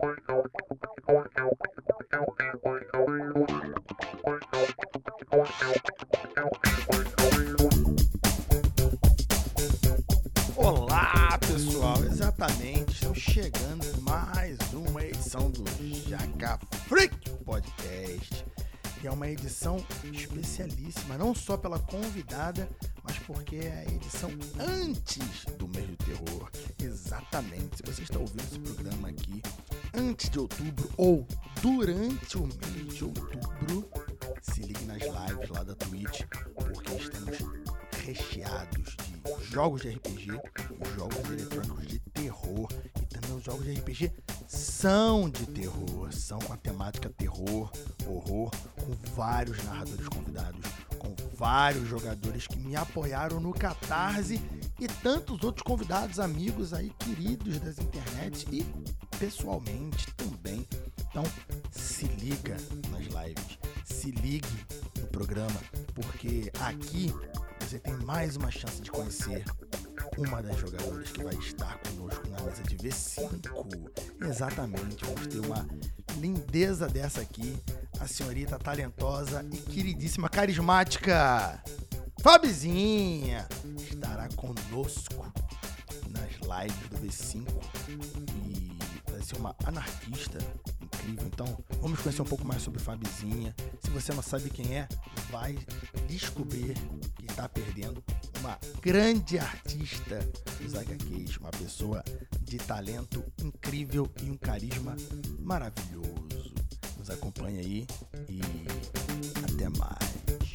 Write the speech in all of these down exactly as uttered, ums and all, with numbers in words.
Olá, pessoal, exatamente, estamos chegando em mais uma edição do Jaca Freak Podcast, que é uma edição especialíssima, não só pela convidada, mas porque é a edição antes do mês do terror. Exatamente, se você está ouvindo esse programa aqui antes de outubro ou durante o mês de outubro, se ligue nas lives lá da Twitch, porque estamos recheados de jogos de R P G, jogos eletrônicos de terror, e também os jogos de R P G são de terror, são com a temática terror, horror, com vários narradores convidados, com vários jogadores que me apoiaram no Catarse e tantos outros convidados, amigos aí, queridos das internets e pessoalmente também. Então se liga nas lives, se ligue no programa, porque aqui você tem mais uma chance de conhecer uma das jogadoras que vai estar conosco na mesa de V cinco. Exatamente, vamos ter uma lindeza dessa aqui, a senhorita talentosa e queridíssima, carismática Fabizinha estará conosco nas lives do V cinco e vai ser uma anarquista incrível. Então vamos conhecer um pouco mais sobre Fabizinha. Se você não sabe quem é, vai descobrir que está perdendo uma grande artista dos H Qs, uma pessoa de talento incrível e um carisma maravilhoso. Nos acompanha aí e até mais.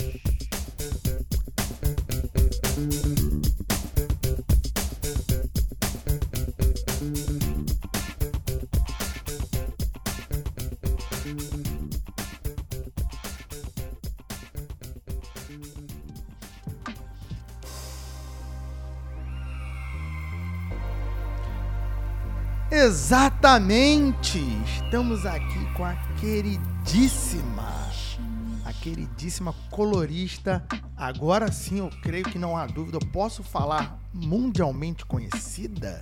Exatamente! Estamos aqui com a queridíssima, a queridíssima colorista, agora sim eu creio que não há dúvida, eu posso falar mundialmente conhecida?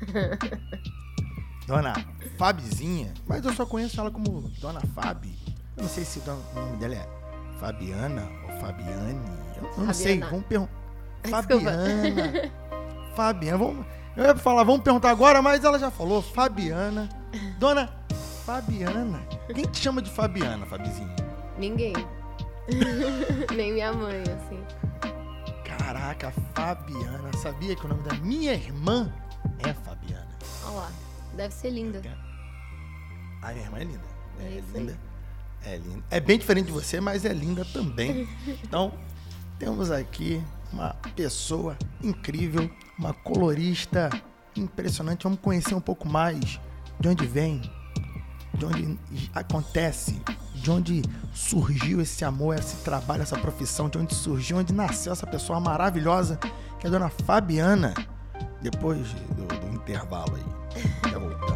Dona Fabizinha, mas eu só conheço ela como Dona Fabi. Eu não sei se o nome dela é Fabiana ou Fabiane, eu não Fabiana. sei, vamos perguntar. Fabiana, Fabiana, vamos... Eu ia falar, vamos perguntar agora, mas ela já falou, Fabiana. Dona Fabiana. Quem te chama de Fabiana, Fabizinha? Ninguém. Nem minha mãe, assim. Caraca, Fabiana. Sabia que o nome da minha irmã é Fabiana? Olha lá, deve ser linda. A minha irmã é linda. É, É isso linda. aí. É linda. É bem diferente de você, mas é linda também. Então, temos aqui uma pessoa incrível, uma colorista impressionante. Vamos conhecer um pouco mais de onde vem, de onde acontece, de onde surgiu esse amor, esse trabalho, essa profissão, de onde surgiu, onde nasceu essa pessoa maravilhosa, que é a Dona Fabiana, depois do, do intervalo aí. Já voltamos.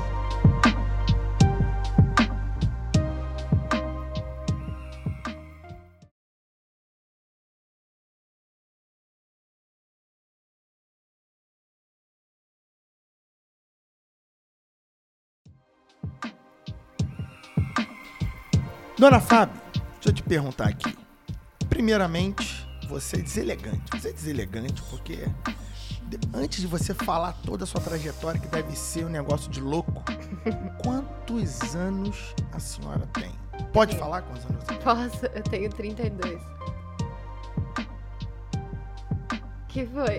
Dona Fábio, deixa eu te perguntar aqui. Primeiramente, você é deselegante. Você é deselegante porque antes de você falar toda a sua trajetória, que deve ser um negócio de louco, quantos anos a senhora tem? Pode falar quantos anos você tem? Posso? Eu tenho trinta e dois. Que foi?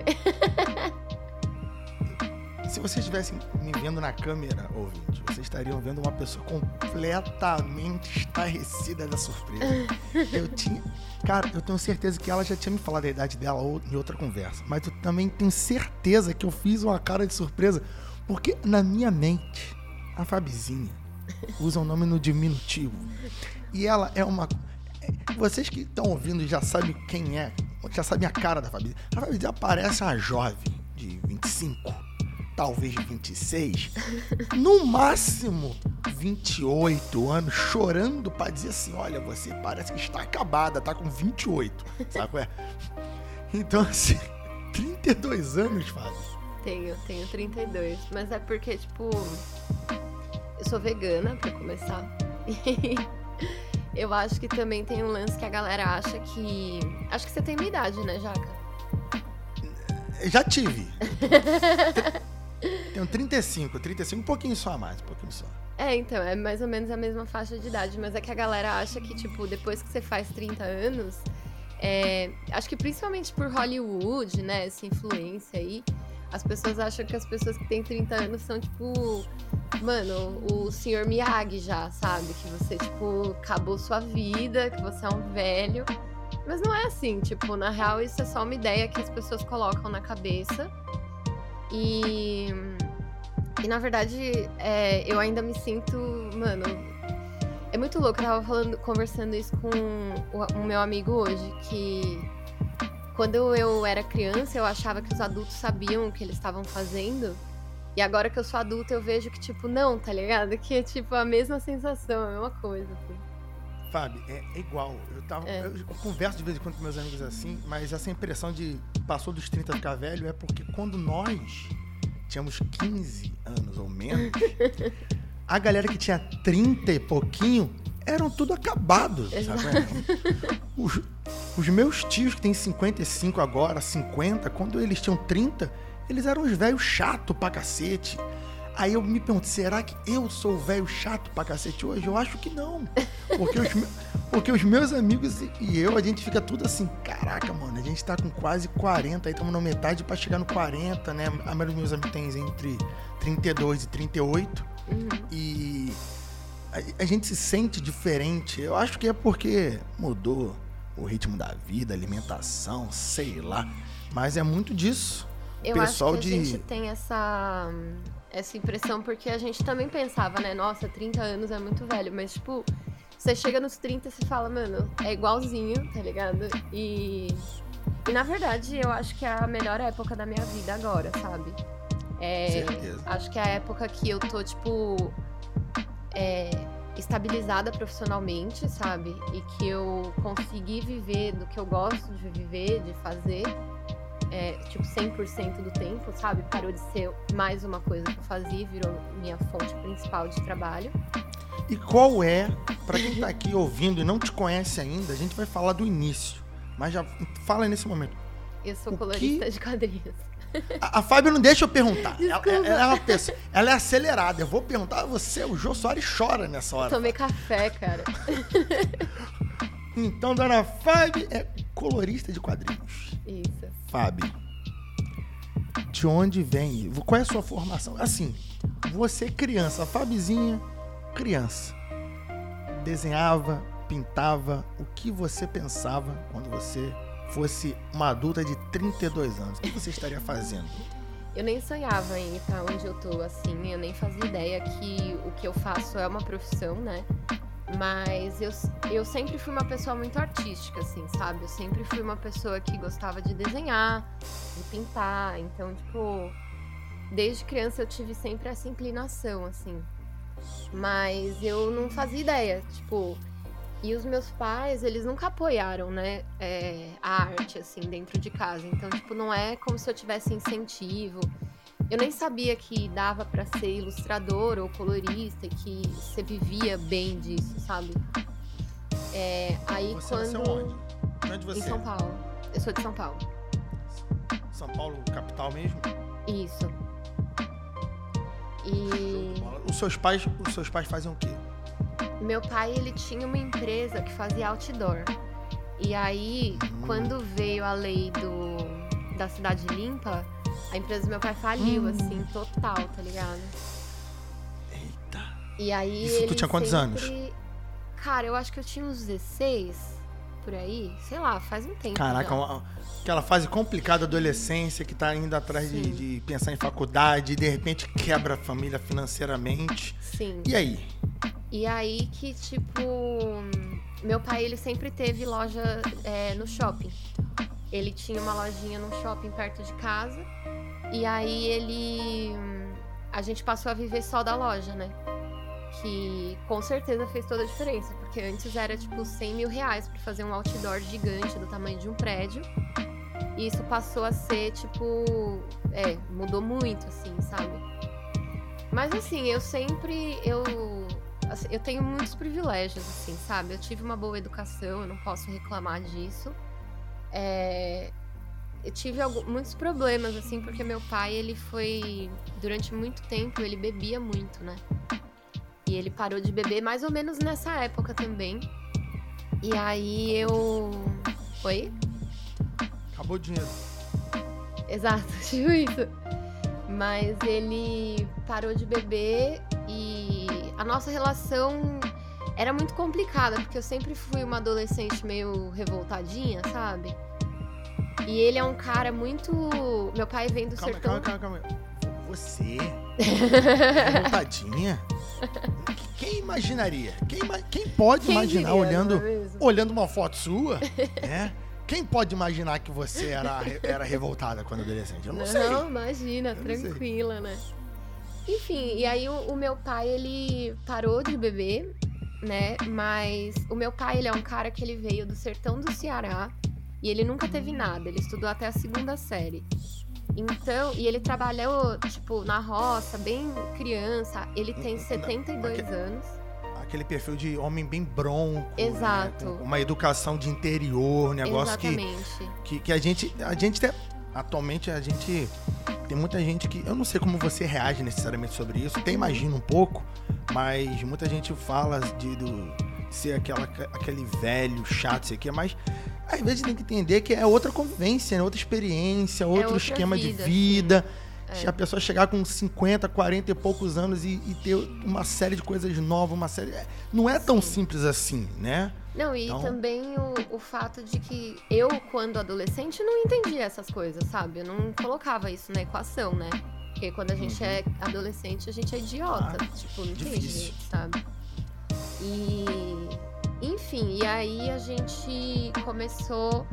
Se vocês estivessem me vendo na câmera, ouvinte, vocês estariam vendo uma pessoa completamente estarrecida da surpresa. Eu tinha... Cara, eu tenho certeza que ela já tinha me falado a idade dela em outra conversa, mas eu também tenho certeza que eu fiz uma cara de surpresa, porque na minha mente, a Fabizinha usa um nome no diminutivo. E ela é uma... Vocês que estão ouvindo já sabem quem é, já sabem a cara da Fabizinha. A Fabizinha parece uma jovem de vinte e cinco, talvez vinte e seis, no máximo vinte e oito anos, chorando pra dizer assim, olha, você parece que está acabada, tá com vinte e oito, sabe qual é? Então, assim, trinta e dois anos, Fábio. Tenho, tenho trinta e dois, mas é porque, tipo, sou vegana, pra começar. E eu acho que também tem um lance que a galera acha que... Acho que você tem minha idade, né, Jaca? Já tive. Tenho trinta e cinco, trinta e cinco, um pouquinho só a mais, um pouquinho só. É, então, é mais ou menos a mesma faixa de idade, mas é que a galera acha que, tipo, depois que você faz trinta anos, é, acho que principalmente por Hollywood, né, essa influência aí, as pessoas acham que as pessoas que têm trinta anos são, tipo, mano, o senhor Miyagi já, sabe? Que você, tipo, acabou sua vida, que você é um velho. Mas não é assim, tipo, na real isso é só uma ideia que as pessoas colocam na cabeça. E... E, na verdade, é, eu ainda me sinto, mano... É muito louco, eu tava falando, conversando isso com o, o meu amigo hoje, que quando eu era criança, eu achava que os adultos sabiam o que eles estavam fazendo, e agora que eu sou adulta, eu vejo que, tipo, não, tá ligado? Que é, tipo, a mesma sensação, a mesma coisa, assim. Fábio, é, é igual. Eu, tava, É. eu converso de vez em quando com meus amigos assim, mas essa impressão de passou dos trinta a ficar velho é porque quando nós tínhamos quinze anos ou menos, a galera que tinha trinta e pouquinho eram tudo acabados, sabe? Os, os meus tios que têm cinquenta e cinco agora, cinquenta, quando eles tinham trinta, eles eram os velhos chato pra cacete. Aí eu me pergunto, será que eu sou o velho chato pra cacete hoje? Eu acho que não. Porque os, porque os meus amigos e eu, a gente fica tudo assim, caraca, mano, a gente tá com quase quarenta, aí estamos na metade pra chegar no quarenta, né? A maioria dos meus amigos tem entre trinta e dois e trinta e oito. Uhum. E a, a gente se sente diferente. Eu acho que é porque mudou o ritmo da vida, alimentação, sei lá. Mas é muito disso. Eu Pessoal acho que de... a gente tem essa, essa impressão porque a gente também pensava, né? Nossa, trinta anos é muito velho. Mas, tipo, você chega nos trinta e você fala, mano, é igualzinho, tá ligado? E, e, na verdade, eu acho que é a melhor época da minha vida agora, sabe? É, Certeza. acho que é a época que eu tô, tipo, é, estabilizada profissionalmente, sabe? E que eu consegui viver do que eu gosto de viver, de fazer. É, tipo, cem por cento do tempo, sabe? Parou de ser mais uma coisa que eu fazia e virou minha fonte principal de trabalho. E qual é, pra quem tá aqui ouvindo e não te conhece ainda, a gente vai falar do início. Mas já fala nesse momento. Eu sou O colorista que- de quadrinhos. A, a Fábio não deixa eu perguntar. Ela, Desculpa. ela é uma pessoa, ela é acelerada. Eu vou perguntar a você, o Jô Soares chora nessa hora. Tomei café, cara. Então, dona Fábio é colorista de quadrinhos. Isso. Fábio, de onde vem? Qual é a sua formação? Assim, você criança, a Fabizinha, criança, desenhava, pintava, o que você pensava quando você fosse uma adulta de trinta e dois anos? O que você estaria fazendo? Eu nem sonhava em ir pra onde eu tô, assim. Eu nem fazia ideia que o que eu faço é uma profissão, né? Mas eu, eu sempre fui uma pessoa muito artística, assim, sabe? Eu sempre fui uma pessoa que gostava de desenhar, de pintar. Então, tipo, desde criança eu tive sempre essa inclinação, assim. Mas eu não fazia ideia, tipo... E os meus pais, eles nunca apoiaram, né, é, a arte, assim, dentro de casa. Então, tipo, não é como se eu tivesse incentivo. Eu nem sabia que dava pra ser ilustrador ou colorista e que você vivia bem disso, sabe? É, aí Você quando... nasceu onde? Onde você Em São é? Paulo. Eu sou de São Paulo. São Paulo, capital mesmo? Isso. E Os seus pais, os seus pais fazem o quê? meu pai, ele tinha uma empresa que fazia outdoor. E aí, Hum. quando veio a lei do, da cidade limpa, a empresa do meu pai faliu, Hum. assim, total, tá ligado? Eita. E aí Isso tu ele tinha quantos sempre... anos? Cara, eu acho que eu tinha uns dezesseis, por aí. Sei lá, faz um tempo Caraca, já. uma, aquela fase complicada da adolescência que tá indo atrás de, Sim. de pensar em faculdade e de repente quebra a família financeiramente. Sim. E aí? E aí que, tipo, meu pai, ele sempre teve loja é, no shopping. Ele tinha uma lojinha num shopping perto de casa. E aí ele... A gente passou a viver só da loja, né? Que com certeza fez toda a diferença. Porque antes era, tipo, cem mil reais pra fazer um outdoor gigante do tamanho de um prédio. E isso passou a ser, tipo... É, mudou muito, assim, sabe? Mas assim, eu sempre, eu, assim, eu tenho muitos privilégios, assim, sabe? Eu tive uma boa educação, eu não posso reclamar disso. É, eu tive algum, muitos problemas, assim, porque meu pai, ele foi, durante muito tempo, ele bebia muito, né? E ele parou de beber mais ou menos nessa época também. E aí eu... Oi? Acabou o dinheiro. Exato, tipo isso. Mas ele parou de beber e a nossa relação era muito complicada, porque eu sempre fui uma adolescente meio revoltadinha, sabe? E ele é um cara muito... Meu pai vem do Calma, sertão... calma, calma, calma. Você? Revoltadinha? Quem imaginaria? Quem, quem pode Quem imaginar diria, olhando, não é mesmo? olhando uma foto sua, né? Quem pode imaginar que você era, era revoltada quando adolescente? Eu não, Não, sei. imagina, Eu não tranquila, né? Enfim, e aí o, o meu pai, ele parou de beber, né? Mas o meu pai, ele é um cara que ele veio do sertão do Ceará e ele nunca teve nada, ele estudou até a segunda série. Então, e ele trabalhou, tipo, na roça, bem criança, ele tem setenta e dois Aque- anos. Aquele perfil de homem bem bronco. Exato. Né? Com uma educação de interior, um negócio que, Exatamente. que, que a gente... A gente tem, atualmente, a gente... Tem muita gente que... Eu não sei como você reage necessariamente sobre isso. Até imagino um pouco. Mas muita gente fala de do, ser aquela, aquele velho chato, sei o que. Mas às vezes tem que entender que é outra convivência, né? Outra experiência, outro outra esquema vida, de vida. assim. Se É. a pessoa chegar com cinquenta, quarenta e poucos anos e, e ter uma série de coisas novas, uma série... Não é tão Sim. simples assim, né? Não, e Então- também o, o fato de que eu, quando adolescente, não entendia essas coisas, sabe? Eu não colocava isso na equação, né? Porque quando a gente Uhum. é adolescente, a gente é idiota. Ah, tipo, não tem difícil. jeito, sabe? E... Enfim, e aí a gente começou...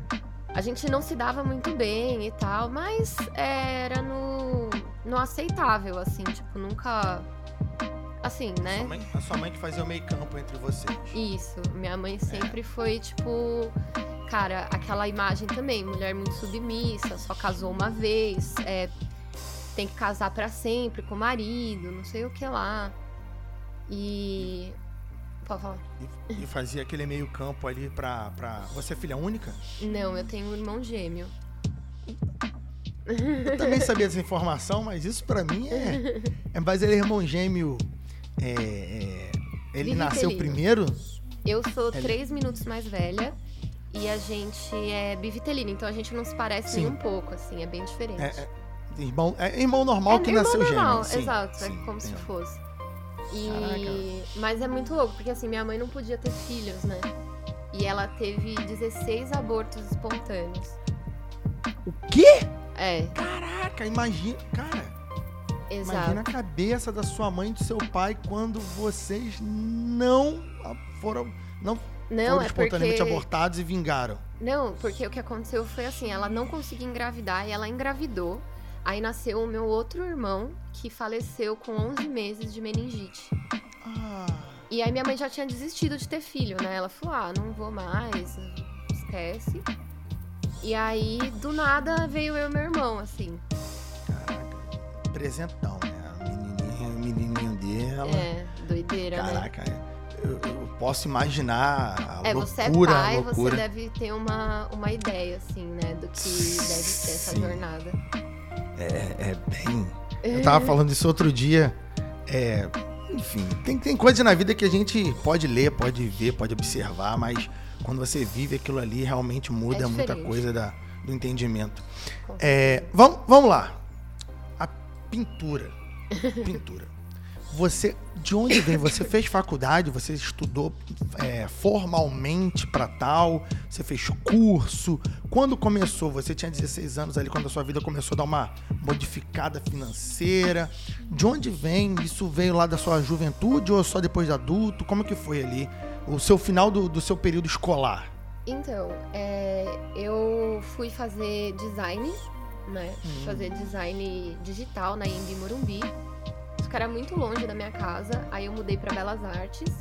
A gente não se dava muito bem e tal, mas era no, no aceitável, assim. Tipo, nunca... Assim, A né? sua mãe, a sua mãe que fazia o meio campo entre vocês. Isso, minha mãe sempre foi, tipo, cara, aquela imagem também, mulher muito submissa, só casou uma vez, é, tem que casar pra sempre com o marido, não sei o que lá. E... Pode falar. E, e fazia aquele meio campo ali pra, pra... Você é filha única? Não, eu tenho um irmão gêmeo. Eu também sabia dessa informação, mas isso pra mim é... é mas ele é irmão gêmeo... É, é, ele nasceu Bivitelino. primeiro? Eu sou Ele- três minutos mais velha e a gente é bivitelino, então a gente não se parece Sim. nem um pouco, assim, é bem diferente. É, é, irmão, é irmão normal É que irmão nasceu normal, gêmeo. Sim, exato, sim, é como se é. fosse. E... Caraca. Mas é muito louco, porque assim, minha mãe não podia ter filhos, né? E ela teve dezesseis abortos espontâneos. O quê? É, Caraca, imagina... Cara, exato. imagina a cabeça da sua mãe e do seu pai quando vocês não foram... Não Não, foram é espontaneamente porque... abortados e vingaram. Não, porque o que aconteceu foi assim, ela não conseguia engravidar e ela engravidou. Aí nasceu o meu outro irmão, que faleceu com onze meses de meningite. Ah, E aí minha mãe já tinha desistido de ter filho, né? Ela falou, ah, não vou mais, esquece. E aí, do nada, veio eu e meu irmão, assim. caraca. Presentão, né? O menininho, o menininho dela. É, doideira, né? Caraca, eu, eu posso imaginar a É, loucura, você é pai, a loucura. você deve ter uma, uma ideia, assim, né? Do que deve ser essa Sim. jornada. É, é bem... Eu tava falando isso outro dia. É, enfim, tem, tem coisas na vida que a gente pode ler, pode ver, pode observar, mas quando você vive aquilo ali, realmente muda É muita diferente. coisa da, do entendimento. Com É, vamos, vamos lá. A pintura. Pintura. Você, de onde vem? Você fez faculdade? Você estudou é, formalmente para tal? Você fez curso? Quando começou? Você tinha dezesseis anos ali, quando a sua vida começou a dar uma modificada financeira. De onde vem? Isso veio lá da sua juventude ou só depois de adulto? Como que foi ali? O seu final do, do seu período escolar? Então, é, eu fui fazer design, né? Fui Hum. fazer design digital na Embi Morumbi. Isso que era muito longe da minha casa. Aí eu mudei pra Belas Artes.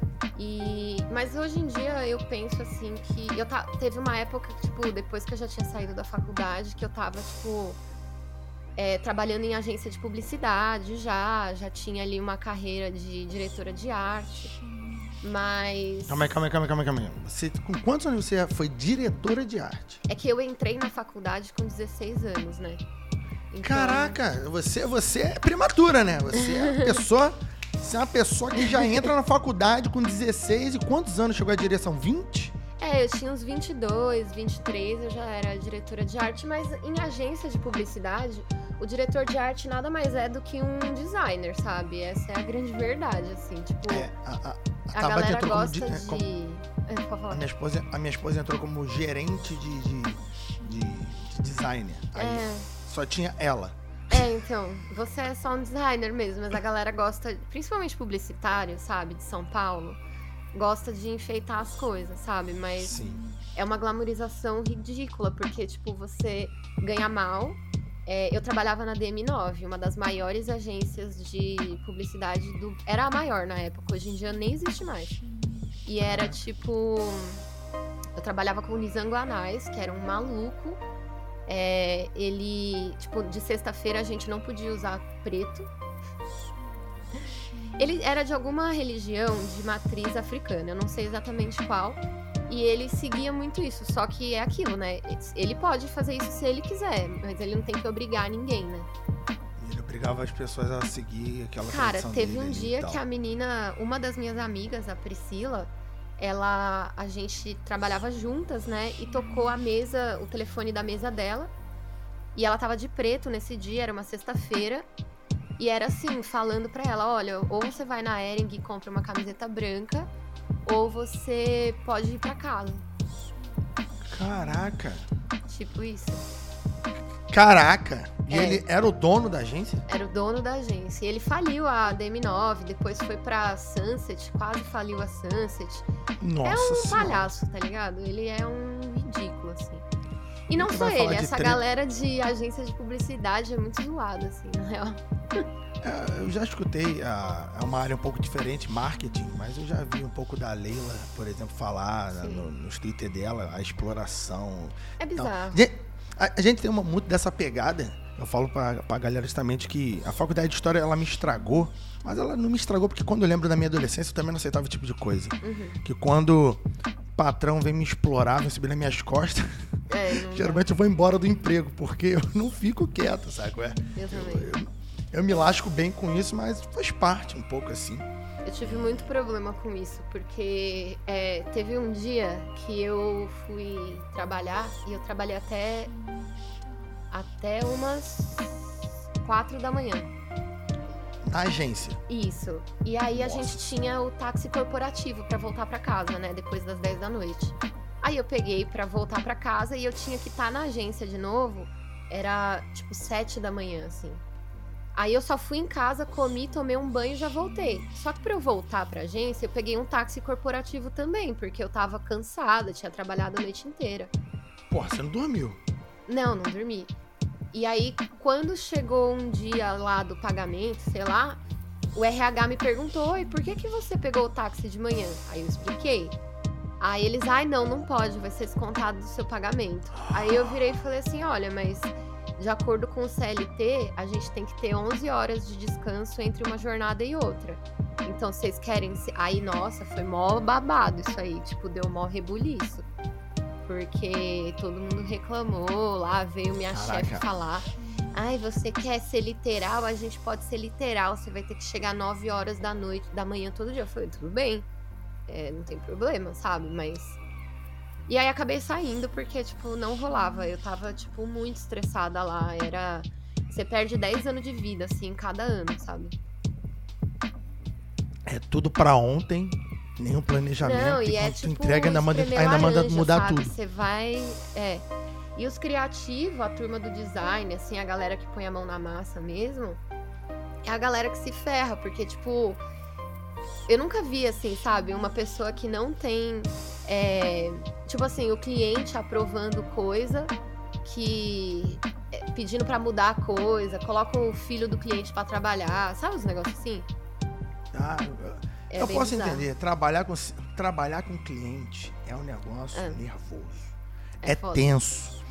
E... Mas hoje em dia eu penso assim que... Eu ta... Teve uma época, tipo, depois que eu já tinha saído da faculdade, que eu tava, tipo... é, trabalhando em agência de publicidade já, já tinha ali uma carreira de diretora de arte, mas... Calma aí, calma aí, calma aí, calma aí, calma aí. Você, com quantos anos você foi diretora de arte? É que eu entrei na faculdade com dezesseis anos, né? Então... Caraca, você, você é prematura, né? Você é uma pessoa... Você é uma pessoa que já entra na faculdade com dezesseis e quantos anos chegou à direção? vinte? É, eu tinha uns vinte e dois, vinte e três, eu já era diretora de arte, mas em agência de publicidade, o diretor de arte nada mais é do que um designer, sabe? Essa é a grande verdade, assim, tipo... É, a, a, a, a galera entrou gosta como de... de, como, É, pode falar. a, minha esposa, a minha esposa entrou como gerente de, de, de, de designer. Aí É. só tinha ela. É, então, você é só um designer mesmo, mas a galera gosta, principalmente publicitário, sabe, de São Paulo, gosta de enfeitar as coisas, sabe? Mas Sim. é uma glamorização ridícula, porque, tipo, você ganha mal. É, eu trabalhava na D M nove, uma das maiores agências de publicidade do... Era a maior na época, hoje em dia nem existe mais. E era, tipo... Eu trabalhava com o Nizam Guanais, que era um maluco. É, ele, tipo, de sexta-feira a gente não podia usar preto. Ele era de alguma religião de matriz africana, eu não sei exatamente qual. E ele seguia muito isso, só que é aquilo, né? Ele pode fazer isso se ele quiser, mas ele não tem que obrigar ninguém, né? Ele obrigava as pessoas a seguir aquela Cara, tradição teve dele um ali dia e tal. que a menina, uma das minhas amigas, a Priscila, ela, a gente trabalhava juntas, né? E tocou a mesa, o telefone da mesa dela. E ela tava de preto nesse dia, era uma sexta-feira. E era assim, falando pra ela, olha, ou você vai na Hering e compra uma camiseta branca, ou você pode ir pra casa. Caraca. Tipo isso. Caraca. E É. ele era o dono da agência? Era o dono da agência. E ele faliu a D M nove, depois foi pra Sunset, quase faliu a Sunset. Nossa É um Senhora. palhaço, tá ligado? Ele é um ridículo, assim. E não Tu só vai falar ele, de essa tre- galera de agência de publicidade é muito zoada, assim, na real. É, eu já escutei, a- é uma área um pouco diferente, marketing, mas eu já vi um pouco da Leila, por exemplo, falar Sim. no, nos Twitter dela, a exploração. É bizarro. Então, a, a gente tem uma, muito dessa pegada. Eu falo pra, pra galera justamente que a faculdade de História, ela me estragou, mas ela não me estragou porque quando eu lembro da minha adolescência, eu também não aceitava esse tipo de coisa. Uhum. Que quando o patrão vem me explorar, vem subir nas minhas costas, É, não dá. geralmente eu vou embora do emprego, porque eu não fico quieto, sabe? qual é? Eu também. Eu, eu me lasco bem com isso, mas faz parte um pouco assim. Eu tive muito problema com isso, porque é, teve um dia que eu fui trabalhar e eu trabalhei até, até umas quatro da manhã. Na agência. Isso. E aí a Nossa. gente tinha o táxi corporativo pra voltar pra casa, né? Depois das dez da noite. Aí eu peguei pra voltar pra casa e eu tinha que estar na agência de novo. Era tipo sete da manhã, assim. Aí eu só fui em casa, comi, tomei um banho e já voltei. Só que pra eu voltar pra agência, eu peguei um táxi corporativo também, porque eu tava cansada, tinha trabalhado a noite inteira. Porra, você não dormiu. Não, não dormi. E aí, quando chegou um dia lá do pagamento, sei lá, o R H me perguntou, oi, por que que você pegou o táxi de manhã? Aí eu expliquei. Aí eles, ai, não, não pode, vai ser descontado do seu pagamento. Aí eu virei e falei assim, olha, mas de acordo com o C L T, a gente tem que ter onze horas de descanso entre uma jornada e outra. Então, vocês querem... Se... Aí, nossa, foi mó babado isso aí, tipo, deu mó rebuliço. Porque todo mundo reclamou, lá veio minha Caraca. chefe falar, ai, você quer ser literal? A gente pode ser literal, você vai ter que chegar nove horas da noite, da manhã todo dia. Eu falei, tudo bem, é, não tem problema, sabe? Mas... E aí acabei saindo porque, tipo, não rolava. Eu tava, tipo, muito estressada lá. Era... Você perde dez anos de vida, assim, cada ano, sabe? É tudo pra ontem, nenhum planejamento. Não, e e é quando tu tipo entrega, ainda manda, espremer ainda manda laranja, mudar sabe? tudo. Você vai... É. E os criativos, a turma do design, assim, a galera que põe a mão na massa mesmo, é a galera que se ferra, porque, tipo... Eu nunca vi, assim, sabe? Uma pessoa que não tem... É, tipo assim, o cliente aprovando coisa, que... é, pedindo pra mudar a coisa, coloca o filho do cliente pra trabalhar, sabe os negócios assim? Ah, É eu bem posso bizarro. entender, trabalhar com, trabalhar com cliente é um negócio É. nervoso. É É, foda. tenso.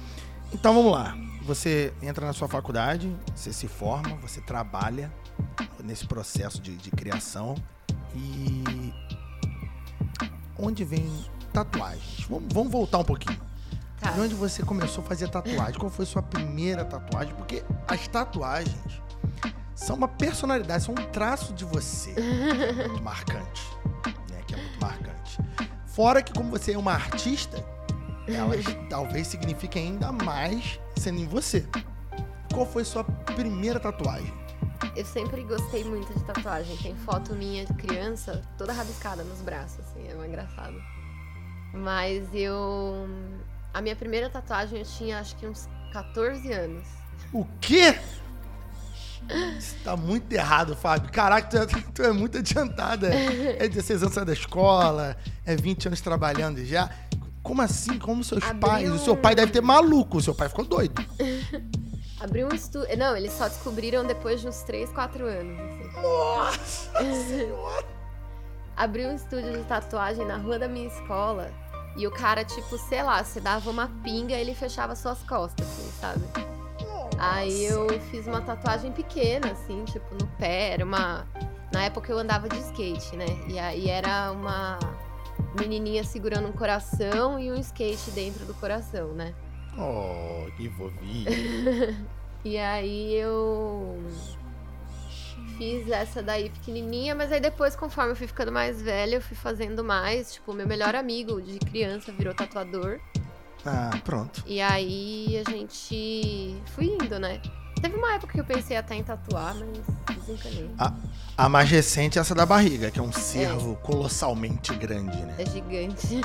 Então vamos lá. Você entra na sua faculdade, você se forma, você trabalha nesse processo de, de criação. E onde vem tatuagens? Vamos, vamos voltar um pouquinho. Tá. De onde você começou a fazer tatuagem? Qual foi a sua primeira tatuagem? Porque as tatuagens são uma personalidade, são um traço de você muito marcante, né? Que é muito marcante. Fora que, como você é uma artista, elas talvez signifiquem ainda mais sendo em você. Qual foi sua primeira tatuagem? Eu sempre gostei muito de tatuagem. Tem foto minha de criança toda rabiscada nos braços, assim, é muito engraçado. Mas eu... A minha primeira tatuagem eu tinha acho que uns catorze anos. O quê? Isso tá muito errado, Fábio. Caraca, tu é, tu é muito adiantada. É dezesseis anos da escola, é vinte anos trabalhando já. Como assim? Como seus Abriu pais? O seu um- pai deve ter maluco. O seu pai ficou doido. Abri um estúdio... Não, eles só descobriram depois de uns três, quatro anos, assim. Nossa senhora! Abri um estúdio de tatuagem na rua da minha escola e o cara, tipo, sei lá, você dava uma pinga e ele fechava suas costas, assim, sabe? Aí eu fiz uma tatuagem pequena, assim, tipo, no pé, era uma... Na época eu andava de skate, né? E aí era uma menininha segurando um coração e um skate dentro do coração, né? Oh, que fofinho. E aí eu fiz essa daí pequenininha, mas aí depois, conforme eu fui ficando mais velha, eu fui fazendo mais. Tipo, meu melhor amigo de criança virou tatuador. Ah, pronto. E aí a gente fui indo, né? Teve uma época que eu pensei até em tatuar, mas desencanei. A, a mais recente é essa da barriga, que é um cervo é. colossalmente grande, né? É gigante.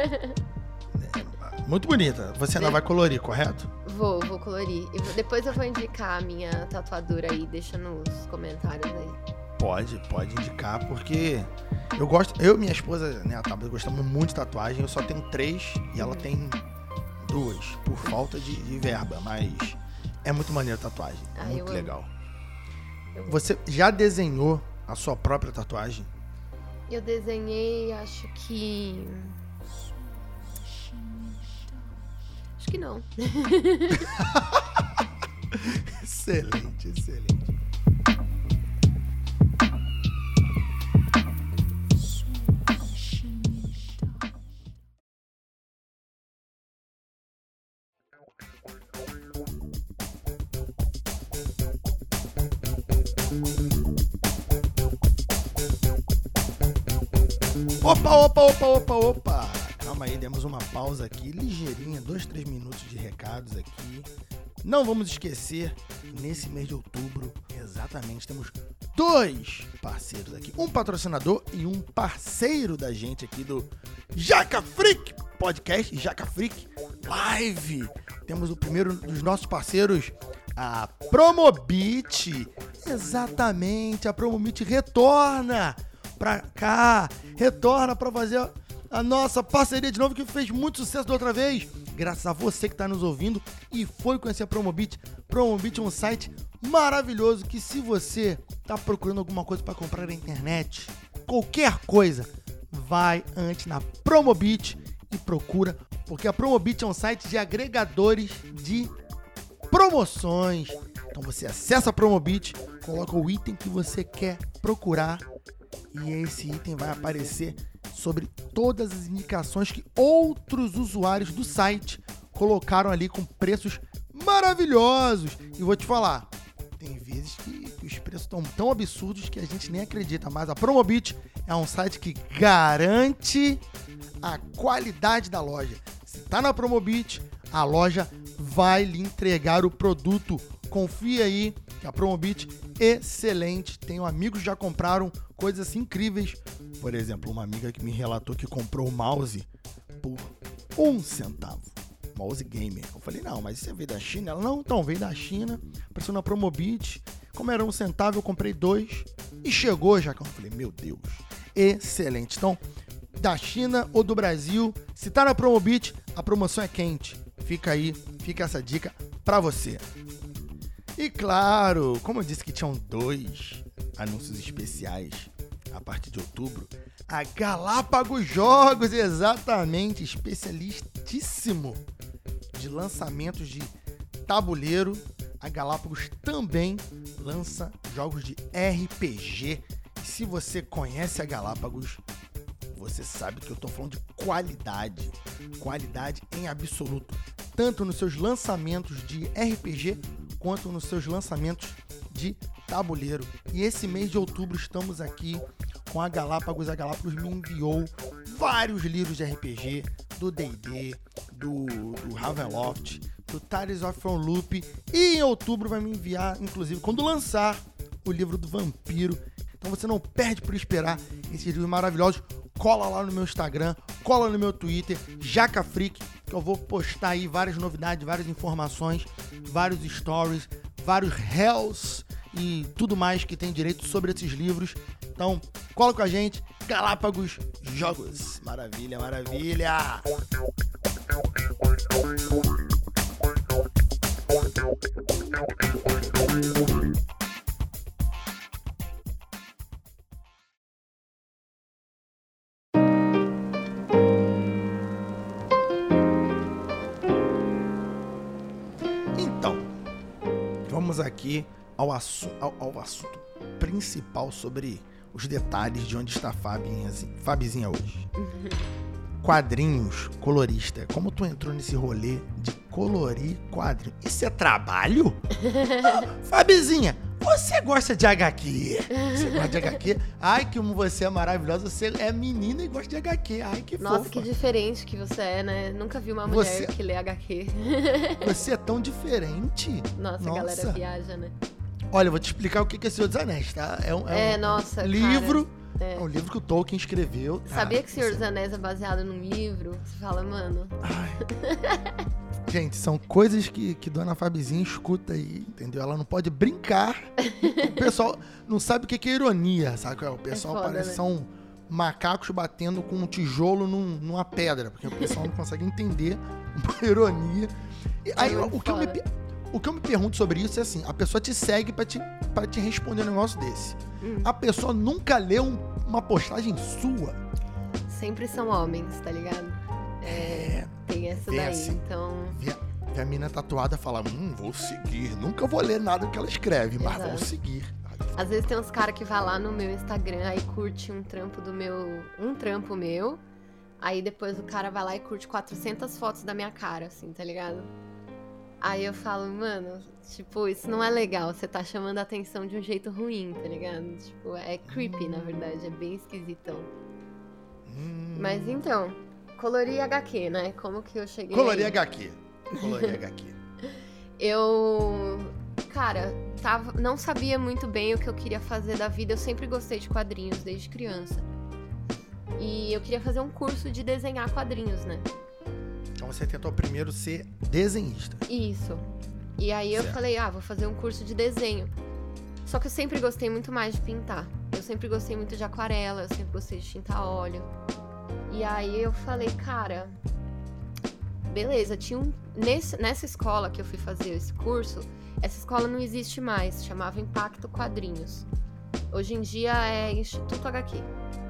Muito bonita. Você ainda vai colorir, correto? Vou, vou colorir. Eu vou, depois eu vou indicar a minha tatuadora aí, deixa nos comentários aí. Pode, pode indicar, porque eu gosto... Eu e minha esposa, né, a Tabata, gostamos muito de tatuagem. Eu só tenho três e ela tem duas, por falta de, de verba, mas é muito maneiro a tatuagem. Ah, muito eu legal. Eu Você já desenhou a sua própria tatuagem? Eu desenhei, acho que... Acho que não. Excelente, excelente. Opa, opa, opa, opa, opa. Calma aí, demos uma pausa aqui, ligeirinha, dois, três minutos de recados aqui. Não vamos esquecer que nesse mês de outubro, exatamente, temos dois parceiros aqui. Um patrocinador e um parceiro da gente aqui do Jaca Freak Podcast, Jaca Freak Live. Temos o primeiro dos nossos parceiros, a Promobit. Exatamente, a Promobit retorna pra cá, retorna pra fazer a nossa parceria de novo, que fez muito sucesso da outra vez, graças a você que está nos ouvindo e foi conhecer a Promobit. Promobit é um site maravilhoso que, se você está procurando alguma coisa para comprar na internet, qualquer coisa, vai antes na Promobit e procura, porque a Promobit é um site de agregadores de promoções. Então você acessa a Promobit, coloca o item que você quer procurar e esse item vai aparecer sobre todas as indicações que outros usuários do site colocaram ali com preços maravilhosos. E vou te falar, tem vezes que, que os preços estão tão absurdos que a gente nem acredita, mas a Promobit é um site que garante a qualidade da loja. Se tá na Promobit, a loja vai lhe entregar o produto. Confia aí, que a Promobit é excelente. Tenho amigos que já compraram coisas assim incríveis. Por exemplo, uma amiga que me relatou que comprou o mouse por um centavo. Mouse gamer. Eu falei, não, mas isso veio da China? Ela, não, então, veio da China. Apareceu na Promobit. Como era um centavo, eu comprei dois. E chegou já. Eu falei, meu Deus, excelente. Então, da China ou do Brasil, se tá na Promobit, a promoção é quente. Fica aí, fica essa dica pra você. E claro, como eu disse que tinham dois anúncios especiais a partir de outubro, a Galápagos Jogos, exatamente, especialistíssimo de lançamentos de tabuleiro, a Galápagos também lança jogos de R P G. E se você conhece a Galápagos, você sabe que eu tô falando de qualidade. Qualidade em absoluto. Tanto nos seus lançamentos de R P G, quanto nos seus lançamentos de tabuleiro. E esse mês de outubro estamos aqui com a Galápagos. A Galápagos me enviou vários livros de R P G, do D e D, do, do Ravenloft, do Tales of Loop, e em outubro vai me enviar, inclusive, quando lançar o livro do Vampiro. Então você não perde por esperar esses livros maravilhosos. Cola lá no meu Instagram, cola no meu Twitter, JacaFreak, que eu vou postar aí várias novidades, várias informações, vários stories, vários reels e tudo mais que tem direito sobre esses livros. Então, cola com a gente, Galápagos Jogos. Maravilha, maravilha! Então, vamos aqui ao, assu- ao, ao assunto principal sobre os detalhes de onde está a Fabinha, Fabizinha hoje. Quadrinhos, colorista. Como tu entrou nesse rolê de colorir quadrinhos? Isso é trabalho? Ah, Fabizinha, você gosta de H Q? Você gosta de H Q? Ai, que você é maravilhosa. Você é menina e gosta de H Q. Ai, que Nossa, fofa. que diferente que você é, né? Nunca vi uma mulher Você- que lê H Q. Você é tão diferente. Nossa, a galera Nossa. viaja, né? Olha, eu vou te explicar o que é Senhor dos Anéis, tá? É um, É, um nossa, livro, cara, é. é um livro que o Tolkien escreveu. tá? Sabia que Senhor Isso dos Anéis é baseado num livro? Você fala, mano... Ai. Gente, são coisas que, que Dona Fabizinha escuta aí, entendeu? Ela não pode brincar. O pessoal não sabe o que que é ironia, sabe? O pessoal foda, parece né? são macacos batendo com um tijolo num- numa pedra, porque o pessoal não consegue entender uma ironia. E aí, muito o, que eu me, foda. pe- o que eu me pergunto sobre isso é assim, a pessoa te segue pra te, pra te responder um negócio desse. Hum. A pessoa nunca leu um- uma postagem sua. Sempre são homens, tá ligado? É, tem essa vem daí, assim. então... Vê a, vê a mina tatuada e fala, hum, vou seguir. Nunca vou ler nada que ela escreve, mas Exato. vou seguir. Às vezes tem uns caras que vai lá no meu Instagram aí curte um trampo do meu... Um trampo meu. Aí depois o cara vai lá e curte quatrocentas fotos da minha cara, assim, tá ligado? Aí eu falo, mano, tipo, isso não é legal. Você tá chamando a atenção de um jeito ruim, tá ligado? Tipo, é creepy, na verdade. É bem esquisitão. Hum, Mas então, colorir H Q, né? Como que eu cheguei Colorir aí? H Q. Colorir H Q. Eu, cara, tava, não sabia muito bem o que eu queria fazer da vida. Eu sempre gostei de quadrinhos desde criança. E eu queria fazer um curso de desenhar quadrinhos, né? Então você tentou primeiro ser desenhista. Isso. E aí eu Certo. falei, ah, vou fazer um curso de desenho. Só que eu sempre gostei muito mais de pintar. Eu sempre gostei muito de aquarela, eu sempre gostei de tinta óleo. E aí eu falei, cara, beleza, tinha um... Nesse, nessa escola que eu fui fazer esse curso, essa escola não existe mais, chamava Impacto Quadrinhos. Hoje em dia é Instituto H Q.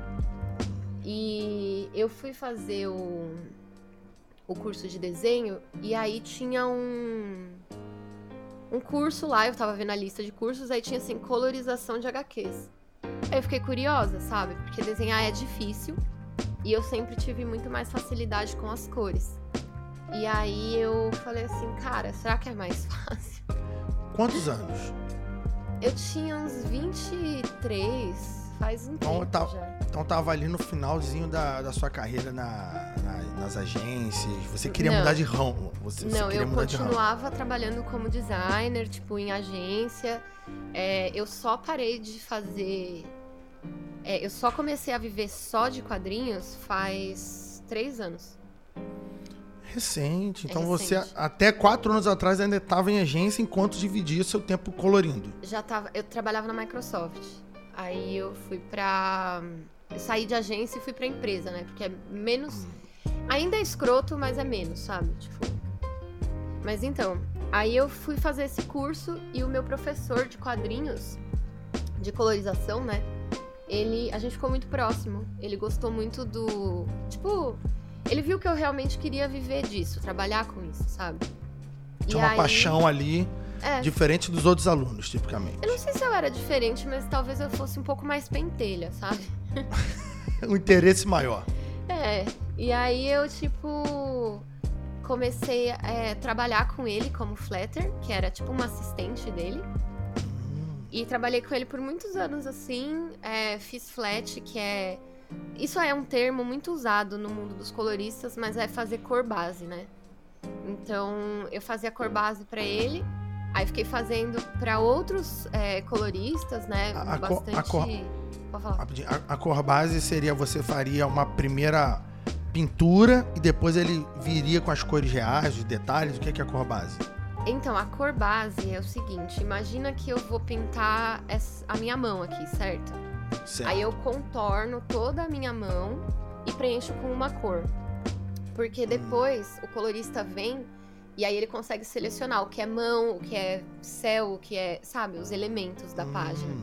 E eu fui fazer o, o curso de desenho e aí tinha um, um curso lá, eu tava vendo a lista de cursos, aí tinha assim, colorização de H Qs. Aí eu fiquei curiosa, sabe? Porque desenhar é difícil e eu sempre tive muito mais facilidade com as cores. E aí eu falei assim, cara, será que é mais fácil? Quantos anos? Eu tinha uns vinte e três, faz um Então, tempo tá- já. Então tava ali no finalzinho da, da sua carreira na, na- nas agências. Você queria Não. mudar de ramo. Você, você Não, queria eu mudar de ramo. continuava trabalhando como designer, tipo, em agência. É, eu só parei de fazer... é, eu só comecei a viver só de quadrinhos faz três anos. Recente. Então É você, recente. até quatro anos atrás, ainda estava em agência enquanto dividia seu tempo colorindo. Já tava... Eu trabalhava na Microsoft. Aí eu fui pra... Eu saí de agência e fui pra empresa, né? Porque é menos... Ainda é escroto, mas é menos, sabe? Tipo... Mas então... Aí eu fui fazer esse curso e o meu professor de quadrinhos, de colorização, né? Ele... A gente ficou muito próximo. Ele gostou muito do... Tipo... Ele viu que eu realmente queria viver disso, trabalhar com isso, sabe? Tinha E uma aí, paixão ali, é, diferente dos outros alunos, tipicamente. eu não sei se eu era diferente, mas talvez eu fosse um pouco mais pentelha, sabe? Um interesse maior. É, e aí eu, tipo, comecei a é, trabalhar com ele como flatter, que era tipo uma assistente dele. E trabalhei com ele por muitos anos, assim, é, fiz flat, que é... Isso é um termo muito usado no mundo dos coloristas, mas é fazer cor base, né? Então, eu fazia cor base pra ele, aí fiquei fazendo pra outros é, coloristas, né? A, a Bastante... Cor, a, cor, Pode falar. a, a cor base seria, você faria uma primeira pintura e depois ele viria com as cores reais, os detalhes. O que é, que é a cor base? Então, a cor base é o seguinte, imagina que eu vou pintar essa, a minha mão aqui, certo? Certo. Aí eu contorno toda a minha mão e preencho com uma cor. Porque depois o colorista vem e aí ele consegue selecionar o que é mão, o que é céu, o que é, sabe, os elementos da Hum. página.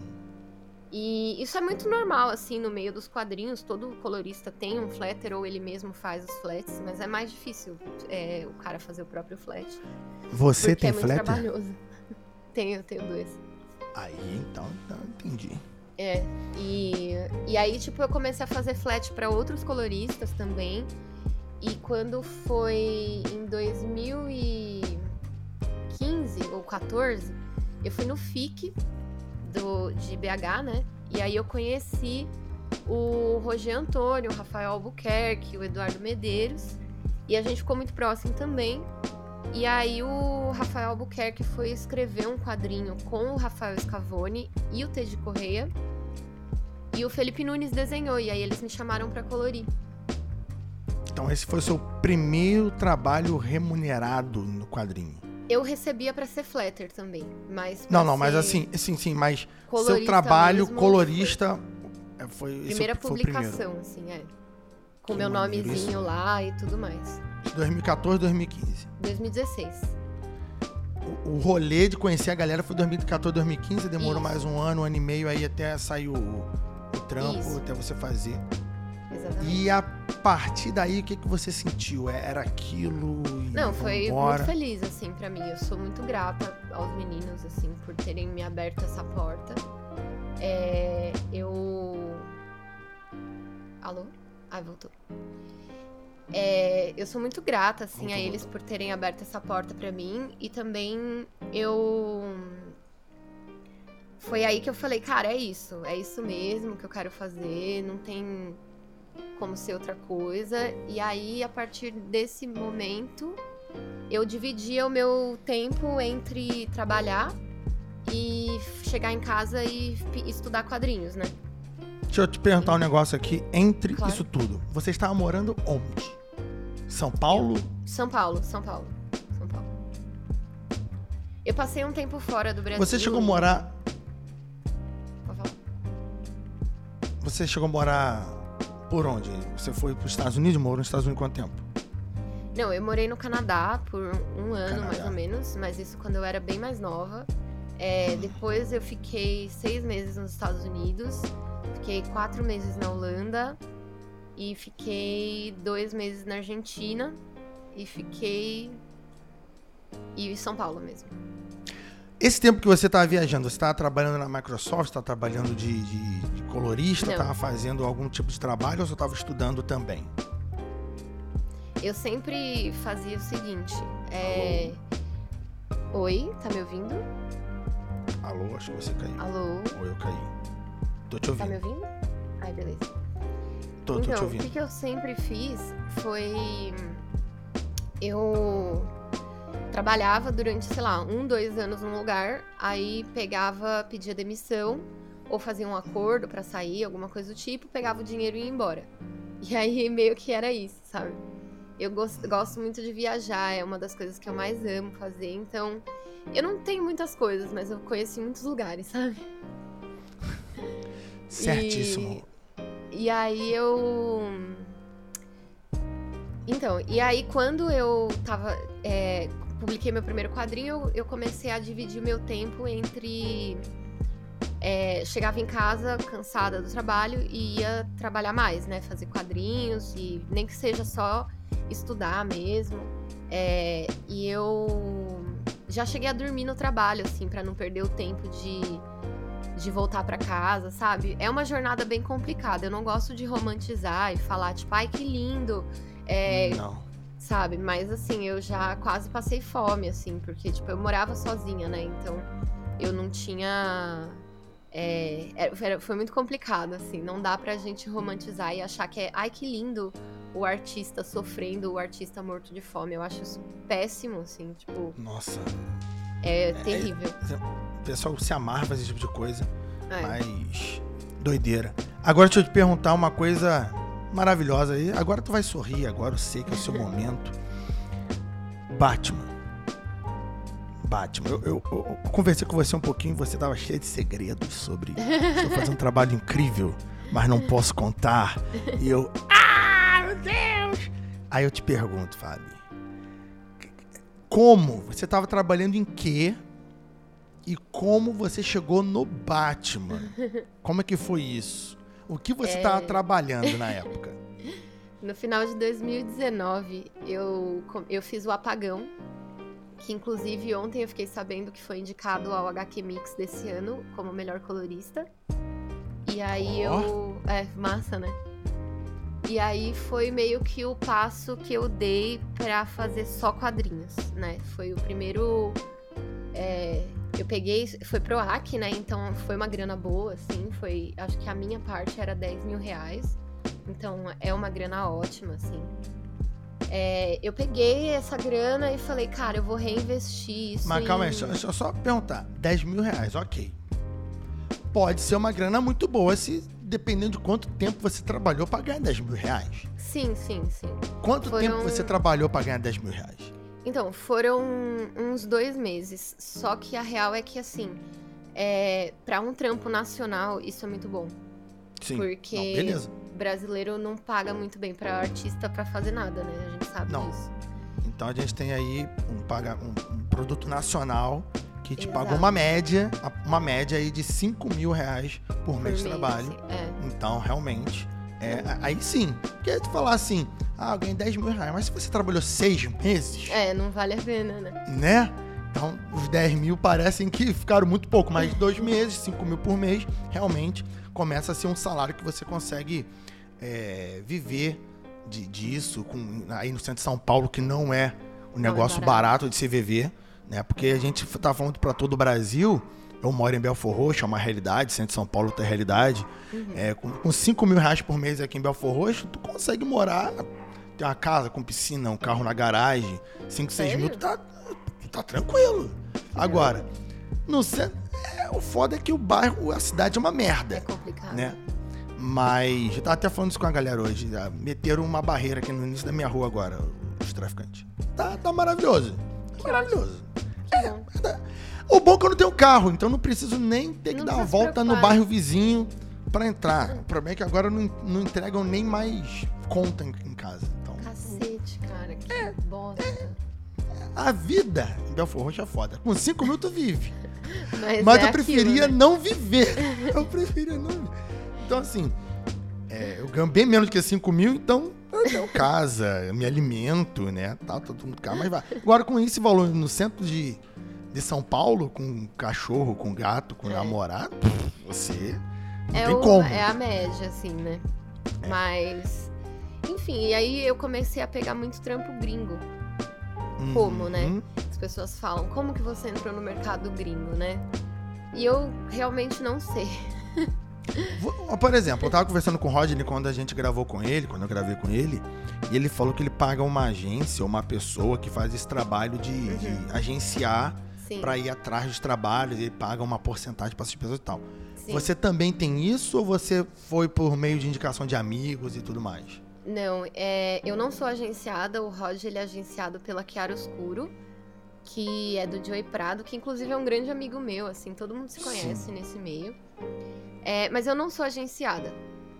E isso é muito normal, assim, no meio dos quadrinhos. Todo colorista tem um flatter ou ele mesmo faz os flats, mas é mais difícil é, o cara fazer o próprio flat. Você Porque tem é muito flatter? trabalhoso. Tenho, eu tenho dois. Aí, então, então, entendi. É, e, e aí, tipo, eu comecei a fazer flat pra outros coloristas também. E quando foi em dois mil e quinze ou quatorze, eu fui no F I C do, de B H, né? E aí eu conheci o Roger Antônio, o Rafael Albuquerque, o Eduardo Medeiros. E a gente ficou muito próximo também. E aí o Rafael Albuquerque foi escrever um quadrinho com o Rafael Scavone e o Teddy Correia. E o Felipe Nunes desenhou, e aí eles me chamaram pra colorir. Então esse foi o seu primeiro trabalho remunerado no quadrinho. Eu recebia pra ser flatter também, mas... pra Não, não, mas ser assim, sim, sim, mas seu colorista trabalho mesmo, colorista foi, foi esse Primeira foi o primeiro. publicação, assim, é. Com Que meu maneiro nomezinho isso. lá e tudo mais. dois mil e quatorze, dois mil e quinze. dois mil e dezesseis. O, o rolê de conhecer a galera foi dois mil e quatorze, dois mil e quinze, demorou Isso. mais um ano, um ano e meio aí até sair o, o trampo, Isso. até você fazer. Exatamente. E a partir daí, o que, que você sentiu? É- Era aquilo? E Não, foi vambora? muito feliz, assim, pra mim. Eu sou muito grata aos meninos, assim, por terem me aberto essa porta. É, eu... Alô? Ai, voltou. É, eu sou muito grata, assim, Voltou, a eles por terem aberto essa porta pra mim. E também eu... Foi aí que eu falei, cara, é isso. É isso mesmo que eu quero fazer. Não tem como ser outra coisa. E aí, a partir desse momento, eu dividia o meu tempo entre trabalhar e chegar em casa e p- estudar quadrinhos, né? Deixa eu te perguntar um negócio aqui. Entre Claro. isso tudo, você estava morando onde? São Paulo? São Paulo, São Paulo, São Paulo. Eu passei um tempo fora do Brasil. Você chegou a morar... Pode falar. Você chegou a morar por onde? Você foi para os Estados Unidos? Morou nos Estados Unidos quanto tempo? Não, eu morei no Canadá por um ano, Canadá. mais ou menos, mas isso quando eu era bem mais nova. É, depois eu fiquei seis meses nos Estados Unidos, fiquei quatro meses na Holanda e fiquei dois meses na Argentina e fiquei... E em São Paulo mesmo. Esse tempo que você estava viajando, você estava trabalhando na Microsoft, estava trabalhando de, de- de colorista, Não. estava fazendo algum tipo de trabalho ou você estava estudando também? Eu sempre fazia o seguinte, é... Oi, tá me ouvindo? Alô, acho que você caiu. Alô, Ou eu caí. Tô te tá me ouvindo. ouvindo? Ai, beleza. Tô, tô te Então, o ouvindo. que, que eu sempre fiz foi... Eu trabalhava durante, sei lá, um, dois anos num lugar, aí pegava, pedia demissão, ou fazia um acordo pra sair, alguma coisa do tipo, pegava o dinheiro e ia embora. E aí meio que era isso, sabe? Eu gosto, gosto muito de viajar, é uma das coisas que eu mais amo fazer, então... Eu não tenho muitas coisas, mas eu conheci muitos lugares, sabe? Certíssimo. E aí eu... Então, e aí quando eu tava... é, publiquei meu primeiro quadrinho, eu, eu comecei a dividir o meu tempo entre é, chegava em casa cansada do trabalho e ia trabalhar mais, né? Fazer quadrinhos e nem que seja só estudar mesmo. É, e eu já cheguei a dormir no trabalho, assim, pra não perder o tempo de, de voltar pra casa, sabe? É uma jornada bem complicada. Eu não gosto de romantizar e falar, tipo, ai, que lindo. É, não. Sabe? Mas, assim, eu já quase passei fome, assim, porque, tipo, eu morava sozinha, né? Então, eu não tinha... É, era, foi muito complicado, assim. Não dá pra gente romantizar e achar que é, ai, que lindo o artista sofrendo, o artista morto de fome. Eu acho isso péssimo, assim, tipo... Nossa. É, é terrível. O pessoal se amarra pra esse tipo de coisa, É. mas... doideira. Agora deixa eu te perguntar uma coisa maravilhosa aí. Agora tu vai sorrir, agora eu sei que é o seu momento. Batman. Batman. Eu, eu, eu, eu conversei com você um pouquinho, você tava cheio de segredos sobre... Estou fazendo um trabalho incrível, mas não posso contar. E eu... Ah, meu Deus! Aí eu te pergunto, Fabi. Como? Você tava trabalhando em quê? E como você chegou no Batman? Como é que foi isso? O que você É... tava trabalhando na época? No final de dois mil e dezenove, eu, eu fiz o Apagão, que inclusive ontem eu fiquei sabendo que foi indicado ao H Q Mix desse ano como melhor colorista. E aí Oh. eu... É, massa, né? E aí foi meio que o passo que eu dei pra fazer só quadrinhos, né? Foi o primeiro... É, eu peguei... Foi pro A C, né? Então foi uma grana boa, assim. Foi... Acho que a minha parte era dez mil reais. Então é uma grana ótima, assim. É, eu peguei essa grana e falei, cara, eu vou reinvestir isso Mas em... calma aí, só, só, só perguntar. dez mil reais, ok. Pode ser uma grana muito boa se... Dependendo de quanto tempo você trabalhou pra ganhar dez mil reais. Sim, sim, sim. Quanto Foram... tempo você trabalhou pra ganhar dez mil reais? Então, foram uns dois meses. Só que a real é que, assim, é... pra um trampo nacional, isso é muito bom. Sim. Porque Não, beleza. brasileiro não paga muito bem pra artista pra fazer nada, né? A gente sabe Não. disso. Então a gente tem aí um, paga, um, um produto nacional que te Exato. pagou uma média, uma média aí de cinco mil reais por, Por mês de mês, trabalho. é. Então, realmente, é, aí sim. Porque tu falar assim, ah, eu ganhei dez mil reais, mas se você trabalhou seis meses, É, não vale a pena, né? né? Então, os dez mil parecem que ficaram muito pouco, mas dois meses, cinco mil por mês, realmente começa a ser um salário que você consegue é, viver de, disso, com, aí no centro de São Paulo, que não é um negócio é barato. barato. de se viver, né? Porque a gente tá falando para todo o Brasil, eu moro em Belfort Roxo, é uma realidade, centro de São Paulo tem realidade. Uhum. É, com, com cinco mil reais por mês aqui em Belfort Roxo, tu consegue morar, ter uma casa com piscina, um carro na garagem, cinco, seis mil, tu tá, tu tá tranquilo. Agora, no centro, é, o foda é que o bairro, a cidade é uma merda. É complicado. Né? Mas, eu tava até falando isso com a galera hoje, já meteram uma barreira aqui no início da minha rua agora, os traficantes. Tá, tá maravilhoso. Tá maravilhoso. Que bom. O bom é que eu não tenho carro, então não preciso nem ter que Não dar uma precisa se volta no preocupar. bairro vizinho pra entrar. O problema é que agora não, não entregam nem mais conta em, em casa. Então, Cacete, cara, que bosta. a vida em Belfort Roxo é foda. Com cinco mil tu vive. Mas, Mas é eu preferia aquilo, né? não viver. Eu preferia não viver. Então, assim, é, eu ganho bem menos que cinco mil, então eu tenho casa, eu me alimento, né? Tá, tá tudo muito caro, mas vai. Agora, com esse valor no centro de, de São Paulo, com cachorro, com gato, com É. namorado, pff, você não É, tem o- como. é a média, assim, né? É. Mas, enfim, e aí eu comecei a pegar muito trampo gringo. como, né? Uhum. As pessoas falam, como que você entrou no mercado gringo, né? E eu realmente não sei. Vou- Por exemplo, eu tava conversando com o Rodney quando a gente gravou com ele, quando eu gravei com ele, e ele falou que ele paga uma agência, uma pessoa que faz esse trabalho de, Uhum. de agenciar Sim, pra ir atrás dos trabalhos, e ele paga uma porcentagem pra essas pessoas e tal. sim. Você também tem isso ou você foi por meio de indicação de amigos e tudo mais? Não, é, eu não sou agenciada, o Rod ele é agenciado pela Chiaroscuro, que é do Joey Prado, que inclusive é um grande amigo meu, assim, todo mundo se conhece Sim. nesse meio. É, mas eu não sou agenciada.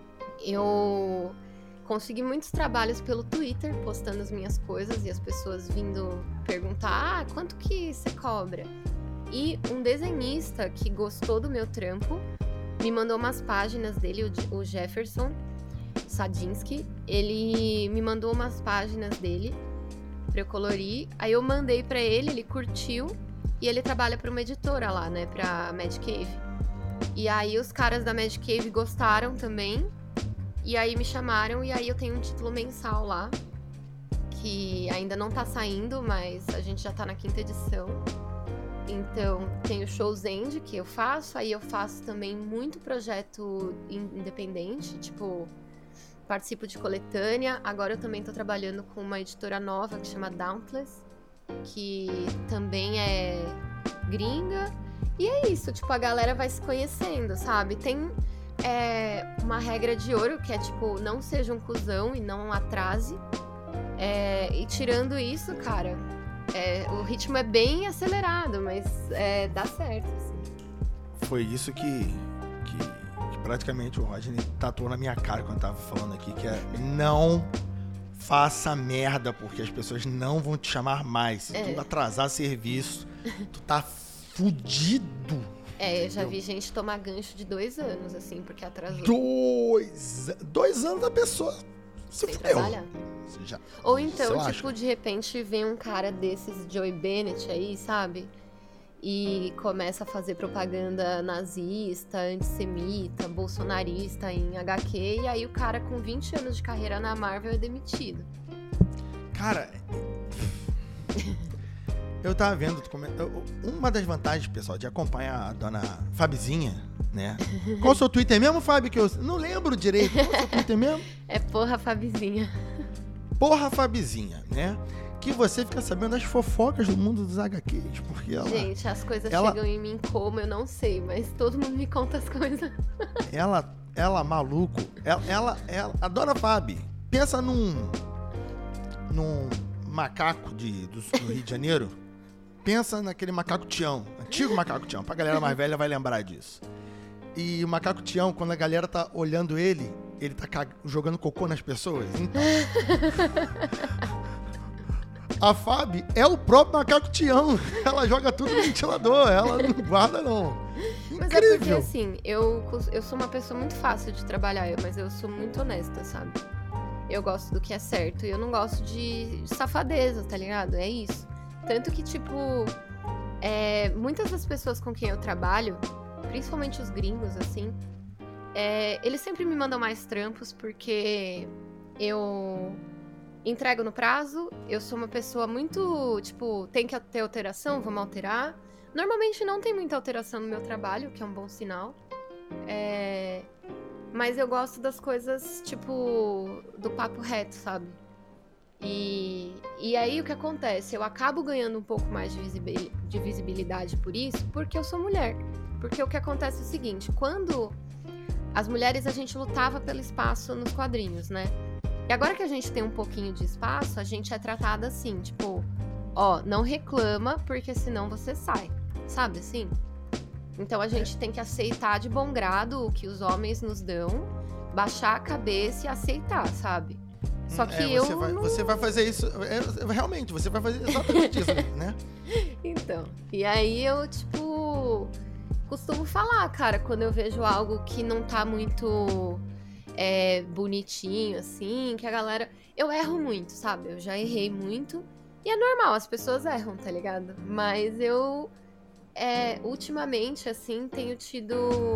Eu consegui muitos trabalhos pelo Twitter, postando as minhas coisas e as pessoas vindo perguntar, ah, quanto que você cobra? E um desenhista que gostou do meu trampo me mandou umas páginas dele, o Jefferson Sadinski. Ele me mandou umas páginas dele pra eu colorir. Aí eu mandei pra ele, ele curtiu. E ele trabalha pra uma editora lá, né? Pra Mad Cave. E aí os caras da Mad Cave gostaram também. E aí me chamaram e aí eu tenho um título mensal lá. Que ainda não tá saindo, mas a gente já tá na quinta edição. Então, tem o Shows End, que eu faço. Aí eu faço também muito projeto independente. Tipo, participo de coletânea. Agora eu também tô trabalhando com uma editora nova que chama Dauntless. Que também é gringa. E é isso, tipo, a galera vai se conhecendo, sabe? Tem é, uma regra de ouro, que é tipo, não seja um cuzão e não atrase. É, e tirando isso, cara, é, o ritmo é bem acelerado, mas é, dá certo, assim. Foi isso que, que, que praticamente o Rodney tatuou na minha cara quando eu tava falando aqui, que é não faça merda, porque as pessoas não vão te chamar mais. Se É. tu atrasar serviço, tu tá fudido. É, eu já vi gente tomar gancho de dois anos, assim, porque atrasou. Dois, dois anos da pessoa se Sem fudeu. trabalhar. Você já- Ou Sei então, lá, tipo, acho de repente vem um cara desses, Joey Bennett aí, sabe? E começa a fazer propaganda nazista, antissemita, bolsonarista em agá quê. E aí o cara com vinte anos de carreira na Marvel é demitido. Cara, eu tava vendo, tu come- eu- uma das vantagens, pessoal, de acompanhar a dona Fabizinha, né? Qual o seu Twitter mesmo, Fábio? Que eu não lembro direito. Qual o seu Twitter mesmo? É porra, Fabizinha. Porra, Fabizinha, né? Que você fica sabendo das fofocas do mundo dos agá quês, porque ela, Gente, as coisas ela- chegam em mim como, eu não sei, mas todo mundo me conta as coisas. ela, ela, maluco, ela, ela, ela, a dona Fabi, pensa num, num macaco de, do, do Rio de Janeiro, pensa naquele macaco Tião, antigo macaco Tião, pra galera mais velha vai lembrar disso. E o macaco Tião, quando a galera tá olhando ele, ele tá cag- jogando cocô nas pessoas. Então, a Fabi é o próprio macaco Tião. Ela joga tudo no ventilador, ela não guarda, não. Mas é porque, Incrível. assim, eu, cos- eu sou uma pessoa muito fácil de trabalhar, eu- mas eu sou muito honesta, sabe? Eu gosto do que é certo e eu não gosto de safadeza, tá ligado? É isso. Tanto que, tipo, é, muitas das pessoas com quem eu trabalho, principalmente os gringos, assim, é, eles sempre me mandam mais trampos porque eu entrego no prazo, eu sou uma pessoa muito, tipo, tem que ter alteração, vamos alterar. Normalmente não tem muita alteração no meu trabalho, o que é um bom sinal. É, mas eu gosto das coisas, tipo, do papo reto, sabe? E, e aí o que acontece? Eu acabo ganhando um pouco mais de, visibil- de visibilidade por isso, porque eu sou mulher. Porque o que acontece é o seguinte, quando as mulheres a gente lutava pelo espaço nos quadrinhos, né? E agora que a gente tem um pouquinho de espaço, a gente é tratada assim, tipo, ó, não reclama, porque senão você sai, sabe assim? Então a gente tem que aceitar de bom grado o que os homens nos dão, baixar a cabeça e aceitar, sabe? Só que É, eu você vai, não... você vai fazer isso, é, realmente, você vai fazer exatamente isso, né? Então, e aí eu, tipo, costumo falar, cara, quando eu vejo algo que não tá muito é, bonitinho, assim, que a galera... Eu erro muito, sabe? Eu já errei muito. E é normal, as pessoas erram, tá ligado? Mas eu, é, ultimamente, assim, tenho tido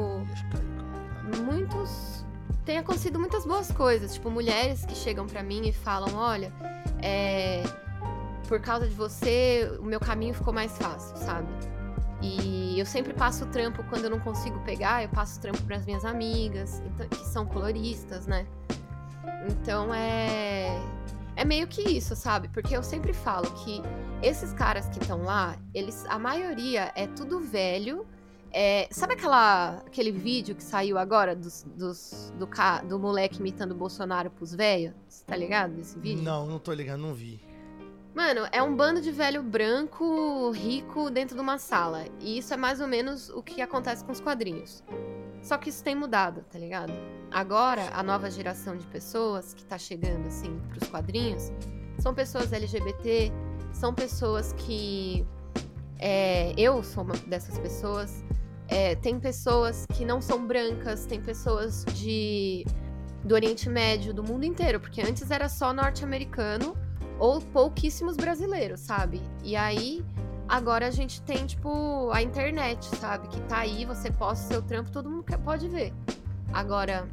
muitos... Tem acontecido muitas boas coisas, tipo, mulheres que chegam pra mim e falam, olha, é, por causa de você, o meu caminho ficou mais fácil, sabe? E eu sempre passo trampo quando eu não consigo pegar, eu passo trampo pras minhas amigas, então, que são coloristas, né? Então é... É meio que isso, sabe? Porque eu sempre falo que esses caras que estão lá, eles, a maioria é tudo velho. É, sabe aquela, aquele vídeo que saiu agora dos, dos, do, ca, do moleque imitando o Bolsonaro pros velhos? Você tá ligado nesse vídeo? Não, não tô ligado, não vi. Mano, é um bando de velho branco, rico, dentro de uma sala. E isso é mais ou menos o que acontece com os quadrinhos. Só que isso tem mudado, tá ligado? Agora, a nova geração de pessoas que tá chegando, assim, pros quadrinhos, são pessoas L G B T, são pessoas que É, eu sou uma dessas pessoas. É, tem pessoas que não são brancas, tem pessoas de, do Oriente Médio, do mundo inteiro, porque antes era só norte-americano ou pouquíssimos brasileiros, sabe? E aí, agora a gente tem, tipo, a internet, sabe? Que tá aí, você posta o seu trampo, todo mundo pode ver. Agora,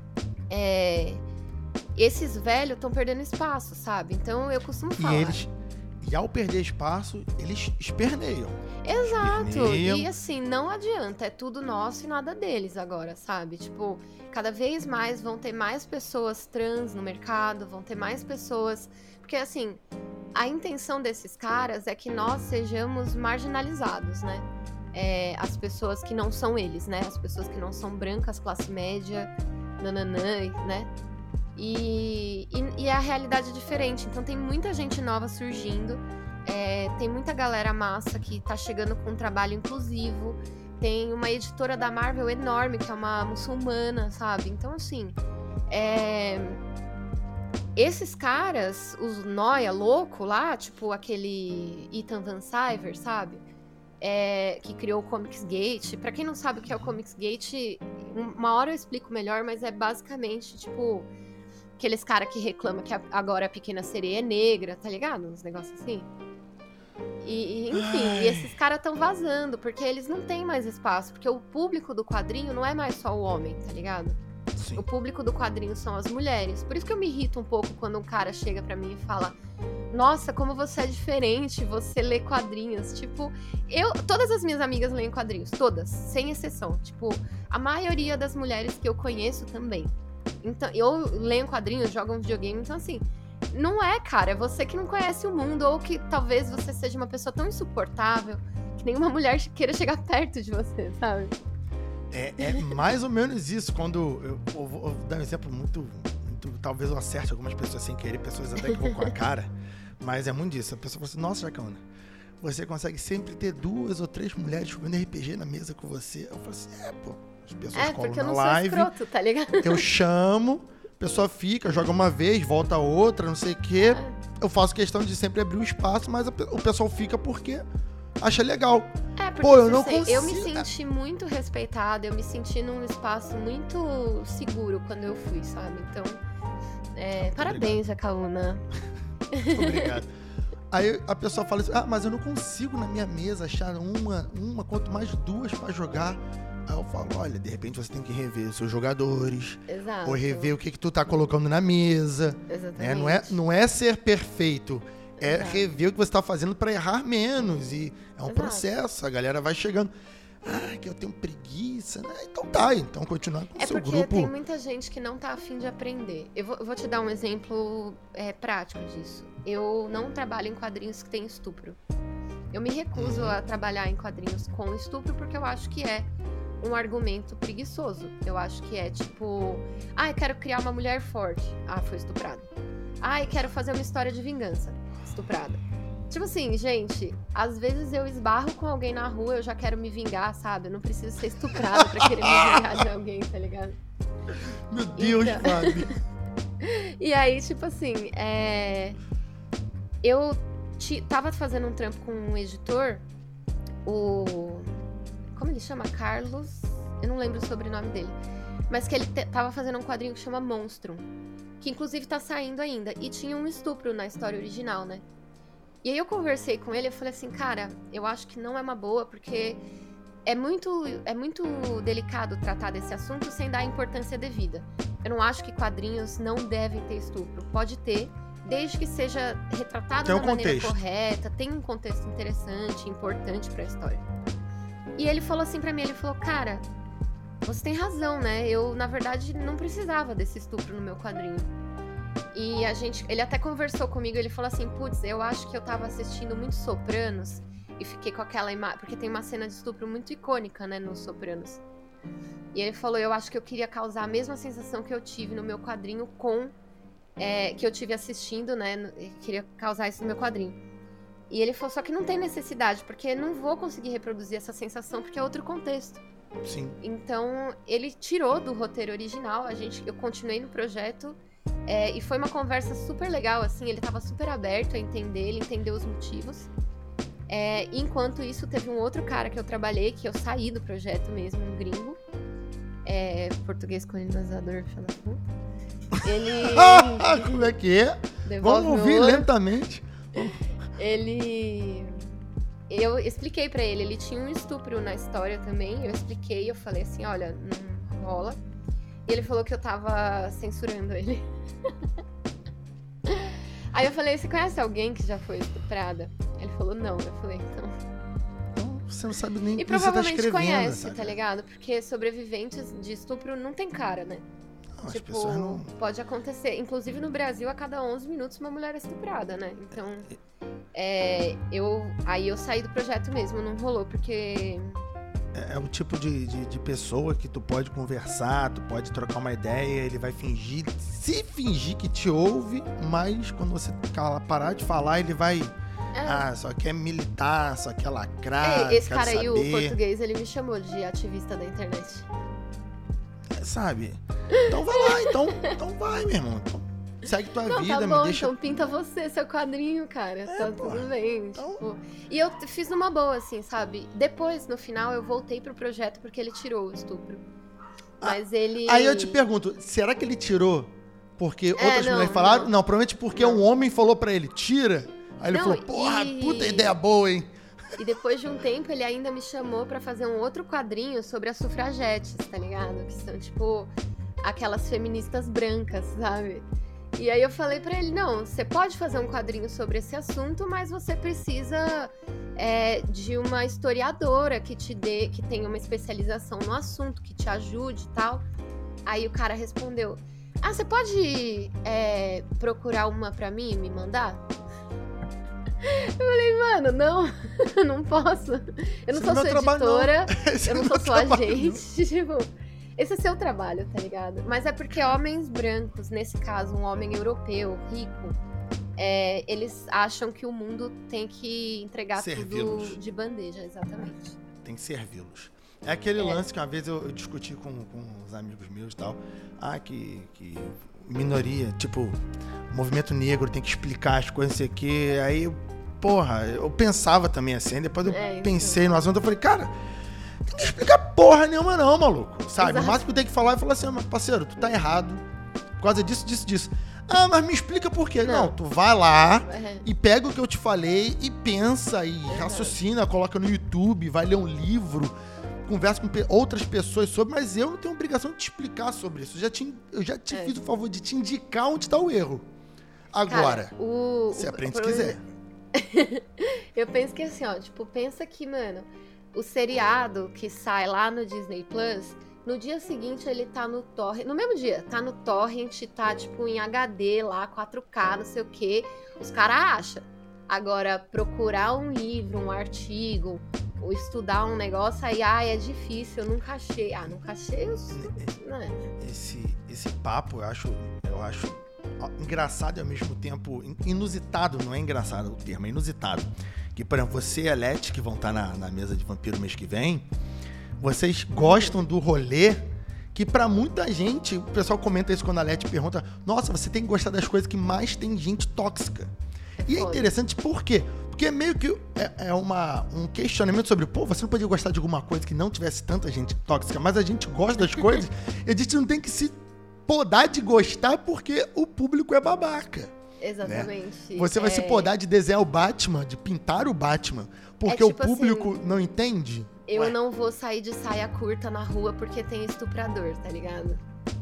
é, esses velhos estão perdendo espaço, sabe? Então, eu costumo falar... E eles... E ao perder espaço, eles esperneiam. Exato. Esperneiam. E assim, não adianta. É tudo nosso e nada deles agora, sabe? Tipo, cada vez mais vão ter mais pessoas trans no mercado, vão ter mais pessoas... Porque assim, a intenção desses caras é que nós sejamos marginalizados, né? É, as pessoas que não são eles, né? As pessoas que não são brancas, classe média, nananã, né? E, e, e a realidade é diferente. Então tem muita gente nova surgindo, é, tem muita galera massa que tá chegando com um trabalho inclusivo. Tem uma editora da Marvel enorme, que é uma muçulmana, sabe? Então assim, é, esses caras, os nóia louco lá, tipo aquele Ethan Van Sciver, sabe? É, que criou o Comicsgate. Pra quem não sabe o que é o Comicsgate, uma hora eu explico melhor, mas é basicamente, tipo... Aqueles caras que reclamam que agora a Pequena Sereia é negra, tá ligado? Uns negócios assim. E, e enfim, e esses caras estão vazando, porque eles não têm mais espaço. Porque o público do quadrinho não é mais só o homem, tá ligado? Sim. O público do quadrinho são as mulheres. Por isso que eu me irrito um pouco quando um cara chega pra mim e fala: nossa, como você é diferente, você lê quadrinhos. Tipo, eu... Todas as minhas amigas leem quadrinhos, todas, sem exceção. Tipo, a maioria das mulheres que eu conheço também. Então, eu leio quadrinhos, jogo um videogame, então assim, não é, cara, é você que não conhece o mundo, ou que talvez você seja uma pessoa tão insuportável que nenhuma mulher queira chegar perto de você, sabe? É, é mais ou menos isso, quando eu, eu vou dar um exemplo muito, muito, talvez eu acerte algumas pessoas sem querer, pessoas até que vão com a cara, mas é muito disso, a pessoa fala assim: nossa, Jacaúna, você consegue sempre ter duas ou três mulheres jogando R P G na mesa com você. Eu falo assim: é, pô. As pessoas é, porque eu não live, sou escroto, tá ligado? Eu chamo, a pessoa fica, joga uma vez, volta outra, não sei o quê. É. Eu faço questão de sempre abrir o espaço, mas o pessoal fica porque acha legal. É, porque Pô, eu não sei, consigo. Eu me senti muito respeitada, eu me senti num espaço muito seguro quando eu fui, sabe? Então, é, parabéns, Jacaúna. Muito obrigado. Aí a pessoa fala assim: ah, mas eu não consigo na minha mesa achar uma, uma quanto mais duas pra jogar. Aí eu falo: olha, de repente você tem que rever os seus jogadores. Exato. Ou rever o que, que tu tá colocando na mesa. Exatamente. Né? Não, é, não é ser perfeito, é Exato. Rever o que você tá fazendo pra errar menos. E é um Exato. Processo, a galera vai chegando. Ah, que eu tenho preguiça, né? Então tá, então continuar com o é seu grupo. É porque tem muita gente que não tá afim de aprender. Eu vou, eu vou te dar um exemplo é, prático disso. Eu não trabalho em quadrinhos que tem estupro. Eu me recuso uhum. a trabalhar em quadrinhos com estupro porque eu acho que é um argumento preguiçoso. Eu acho que é tipo: ah, eu quero criar uma mulher forte. Ah, foi estuprada. Ah, eu quero fazer uma história de vingança. Estuprada. Tipo assim, gente, às vezes eu esbarro com alguém na rua, eu já quero me vingar, sabe? Eu não preciso ser estuprada pra querer me vingar de alguém, tá ligado? Meu Deus, então... Fábio. E aí, tipo assim, é... eu t... tava fazendo um trampo com um editor, o... Como ele chama? Carlos? Eu não lembro o sobrenome dele. Mas que ele te... tava fazendo um quadrinho que chama Monstrum, que inclusive tá saindo ainda. E tinha um estupro na história original, né? E aí eu conversei com ele e falei assim: cara, eu acho que não é uma boa, porque é muito, é muito delicado tratar desse assunto sem dar a importância devida. Eu não acho que quadrinhos não devem ter estupro. Pode ter, desde que seja retratado da maneira correta, tem um contexto interessante, importante pra história. E ele falou assim pra mim, ele falou: cara, você tem razão, né? Eu, na verdade, não precisava desse estupro no meu quadrinho. E a gente, ele até conversou comigo, ele falou assim: putz, eu acho que eu tava assistindo muito Sopranos e fiquei com aquela imagem, porque tem uma cena de estupro muito icônica, né, nos Sopranos. E ele falou: eu acho que eu queria causar a mesma sensação que eu tive no meu quadrinho com, é, que eu tive assistindo, né, queria causar isso no meu quadrinho. E ele falou: só que não tem necessidade, porque eu não vou conseguir reproduzir essa sensação, porque é outro contexto. Sim. Então, ele tirou do roteiro original, a gente, eu continuei no projeto. É, e foi uma conversa super legal, assim, ele tava super aberto a entender, ele entendeu os motivos. É, enquanto isso, teve um outro cara que eu trabalhei, que eu saí do projeto mesmo, um gringo. É, português colonizador, filho da puta. Ele... Como é que é? Devolve Vamos ouvir ouro. lentamente. Ele... Eu expliquei pra ele, ele tinha um estupro na história também. Eu expliquei, eu falei assim, olha, não rola. E ele falou que eu tava censurando ele. Aí eu falei, você conhece alguém que já foi estuprada? Ele falou, não. Eu falei, então... Então, você não sabe nem o E que você tá provavelmente escrevendo, conhece, sabe? tá ligado? Porque sobreviventes de estupro não tem cara, né? Não, as Tipo, pessoas não... pode acontecer. Inclusive no Brasil, a cada onze minutos uma mulher é estuprada, né? Então, é, eu, aí eu saí do projeto mesmo, não rolou, porque... É, é o tipo de, de, de pessoa que tu pode conversar, tu pode trocar uma ideia, ele vai fingir, se fingir que te ouve, mas quando você cala- parar de falar, ele vai... É. Ah, só quer militar, só quer lacrar, Ei, esse quer cara aí, saber, o português, ele me chamou de ativista da internet. é, sabe? Então vai lá, então, então vai, meu irmão. Então, segue tua Não, vida, tá me bom, deixa... então pinta você, seu quadrinho, cara. É, tá porra. tudo bem, Então- tipo... E eu t- fiz numa boa, assim, sabe? Depois, no final, eu voltei pro projeto porque ele tirou o estupro. Mas ele... Aí eu te pergunto, será que ele tirou porque outras É, não, mulheres falaram? não. Não, provavelmente porque Não. um homem falou pra ele, tira. Aí ele Não, falou, porra, e- puta ideia boa, hein? E depois de um tempo, ele ainda me chamou pra fazer um outro quadrinho sobre as sufragetes, tá ligado? Que são, tipo, aquelas feministas brancas, sabe? E aí eu falei pra ele, não, você pode fazer um quadrinho sobre esse assunto, mas você precisa é, de uma historiadora que te dê, que tenha uma especialização no assunto, que te ajude e tal. Aí o cara respondeu, ah, você pode é, procurar uma pra mim e me mandar? Eu falei, mano, não, não posso. Eu não Esse sou não é sua meu trabalho, editora, não. Esse eu não não sou é sua trabalho, agente. Tipo, esse é seu trabalho, tá ligado? Mas é porque homens brancos, nesse caso, um homem europeu, rico, é, eles acham que o mundo tem que entregar Servi-los. tudo de bandeja, exatamente. Tem que servi-los. É aquele É. lance que uma vez eu, eu discuti com, com uns amigos meus e tal. Ah, que, que minoria, tipo, movimento negro tem que explicar as coisas, não sei o quê. Aí, eu, porra, eu pensava também assim. Depois eu É, isso. pensei no assunto, eu falei, cara, tem que explicar porra nenhuma não, maluco. Sabe? Exato. O máximo que eu tenho que falar é falar assim, meu parceiro, tu tá errado. Por causa disso, disso, disso. Ah, mas me explica por quê. Não, Não. tu vai lá É. e pega o que eu te falei e pensa e Exato. raciocina, coloca no YouTube, vai ler um livro, conversa com pe- outras pessoas sobre, mas eu não tenho obrigação de te explicar sobre isso. Eu já te, eu já te É. fiz o favor de te indicar onde está o erro. Agora, Cara, o, você o- aprende se o- quiser. Eu penso que assim, ó, tipo, pensa que, mano, o seriado que sai lá no Disney Plus, no dia seguinte ele tá no torrent, no mesmo dia, tá no torrent, tá tipo em H D lá, quatro K, não sei o quê, os caras acham. Agora, procurar um livro, um artigo, ou estudar um negócio, aí, ah, é difícil, eu nunca achei. Ah, nunca achei, eu... né? Esse, esse papo, eu acho, eu acho ó, engraçado e ao mesmo tempo in- inusitado. Não é engraçado o termo, é inusitado. Que, por exemplo, você e a Leti, que vão estar na, na mesa de vampiro mês que vem, vocês gostam do rolê que pra muita gente, o pessoal comenta isso quando a Leti pergunta, nossa, você tem que gostar das coisas que mais tem gente tóxica. E é foda. interessante por quê? Porque é meio que é, é uma, um questionamento sobre, pô, você não podia gostar de alguma coisa que não tivesse tanta gente tóxica, mas a gente gosta das coisas e a gente não tem que se podar de gostar porque o público é babaca. Exatamente. Você vai É, se podar de desenhar o Batman, de pintar o Batman, porque É o tipo público assim, não entende. Eu Ué, não vou sair de saia curta na rua porque tem estuprador, tá ligado?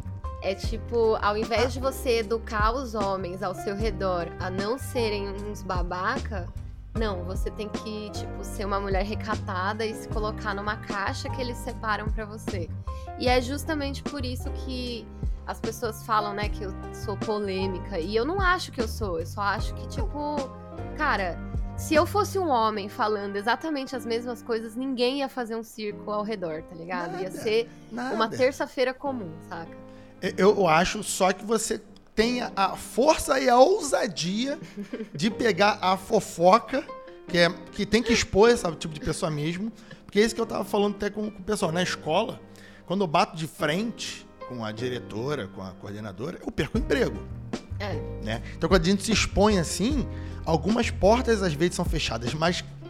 É tipo, ao invés de você educar os homens ao seu redor a não serem uns babaca, não, você tem que, tipo, ser uma mulher recatada e se colocar numa caixa que eles separam pra você. E é justamente por isso que as pessoas falam, né, que eu sou polêmica. E eu não acho que eu sou, eu só acho que, tipo, cara, se eu fosse um homem falando exatamente as mesmas coisas, ninguém ia fazer um circo ao redor, tá ligado? Ia Nada, ser nada. uma terça-feira comum, saca? Eu acho só que você tenha a força e a ousadia de pegar a fofoca, que, é, que tem que expor esse tipo de pessoa mesmo. Porque é isso que eu tava falando até com, com o pessoal na escola. Quando eu bato de frente com a diretora, com a coordenadora, eu perco o emprego. É. Né? Então, quando a gente se expõe assim, algumas portas às vezes são fechadas, mas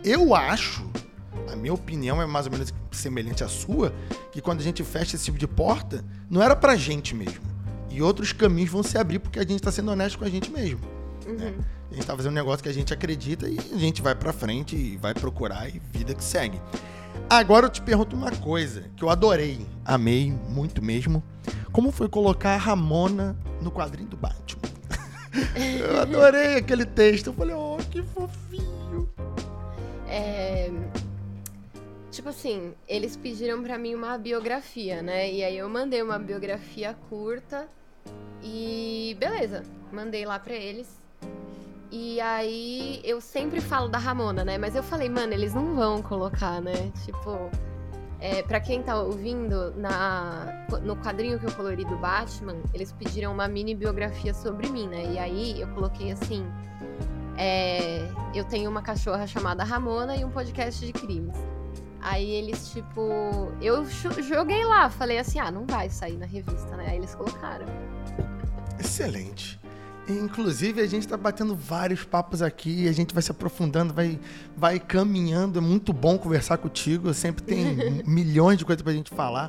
eu acho, a minha opinião é mais ou menos semelhante à sua, que quando a gente fecha esse tipo de porta, não era pra gente mesmo. E outros caminhos vão se abrir porque a gente tá sendo honesto com a gente mesmo. Uhum. Né? A gente tá fazendo um negócio que a gente acredita e a gente vai pra frente e vai procurar e vida que segue. Agora eu te pergunto uma coisa que eu adorei, amei muito mesmo. Como foi colocar a Ramona no quadrinho do Batman? Eu adorei aquele texto. Eu falei, oh, que fofinho. É... Tipo assim, eles pediram pra mim uma biografia, né? E aí eu mandei uma biografia curta e beleza, mandei lá pra eles. E aí eu sempre falo da Ramona, né? Mas eu falei, mano, eles não vão colocar, né? Tipo, é, pra quem tá ouvindo, na, no quadrinho que eu colori do Batman, eles pediram uma mini biografia sobre mim, né? E aí eu coloquei assim, é, eu tenho uma cachorra chamada Ramona e um podcast de crimes. Aí eles, tipo, eu joguei lá, falei assim, ah, não vai sair na revista, né? Aí eles colocaram. Excelente. Inclusive, a gente tá batendo vários papos aqui, a gente vai se aprofundando, vai, vai caminhando. É muito bom conversar contigo, sempre tem milhões de coisas pra gente falar.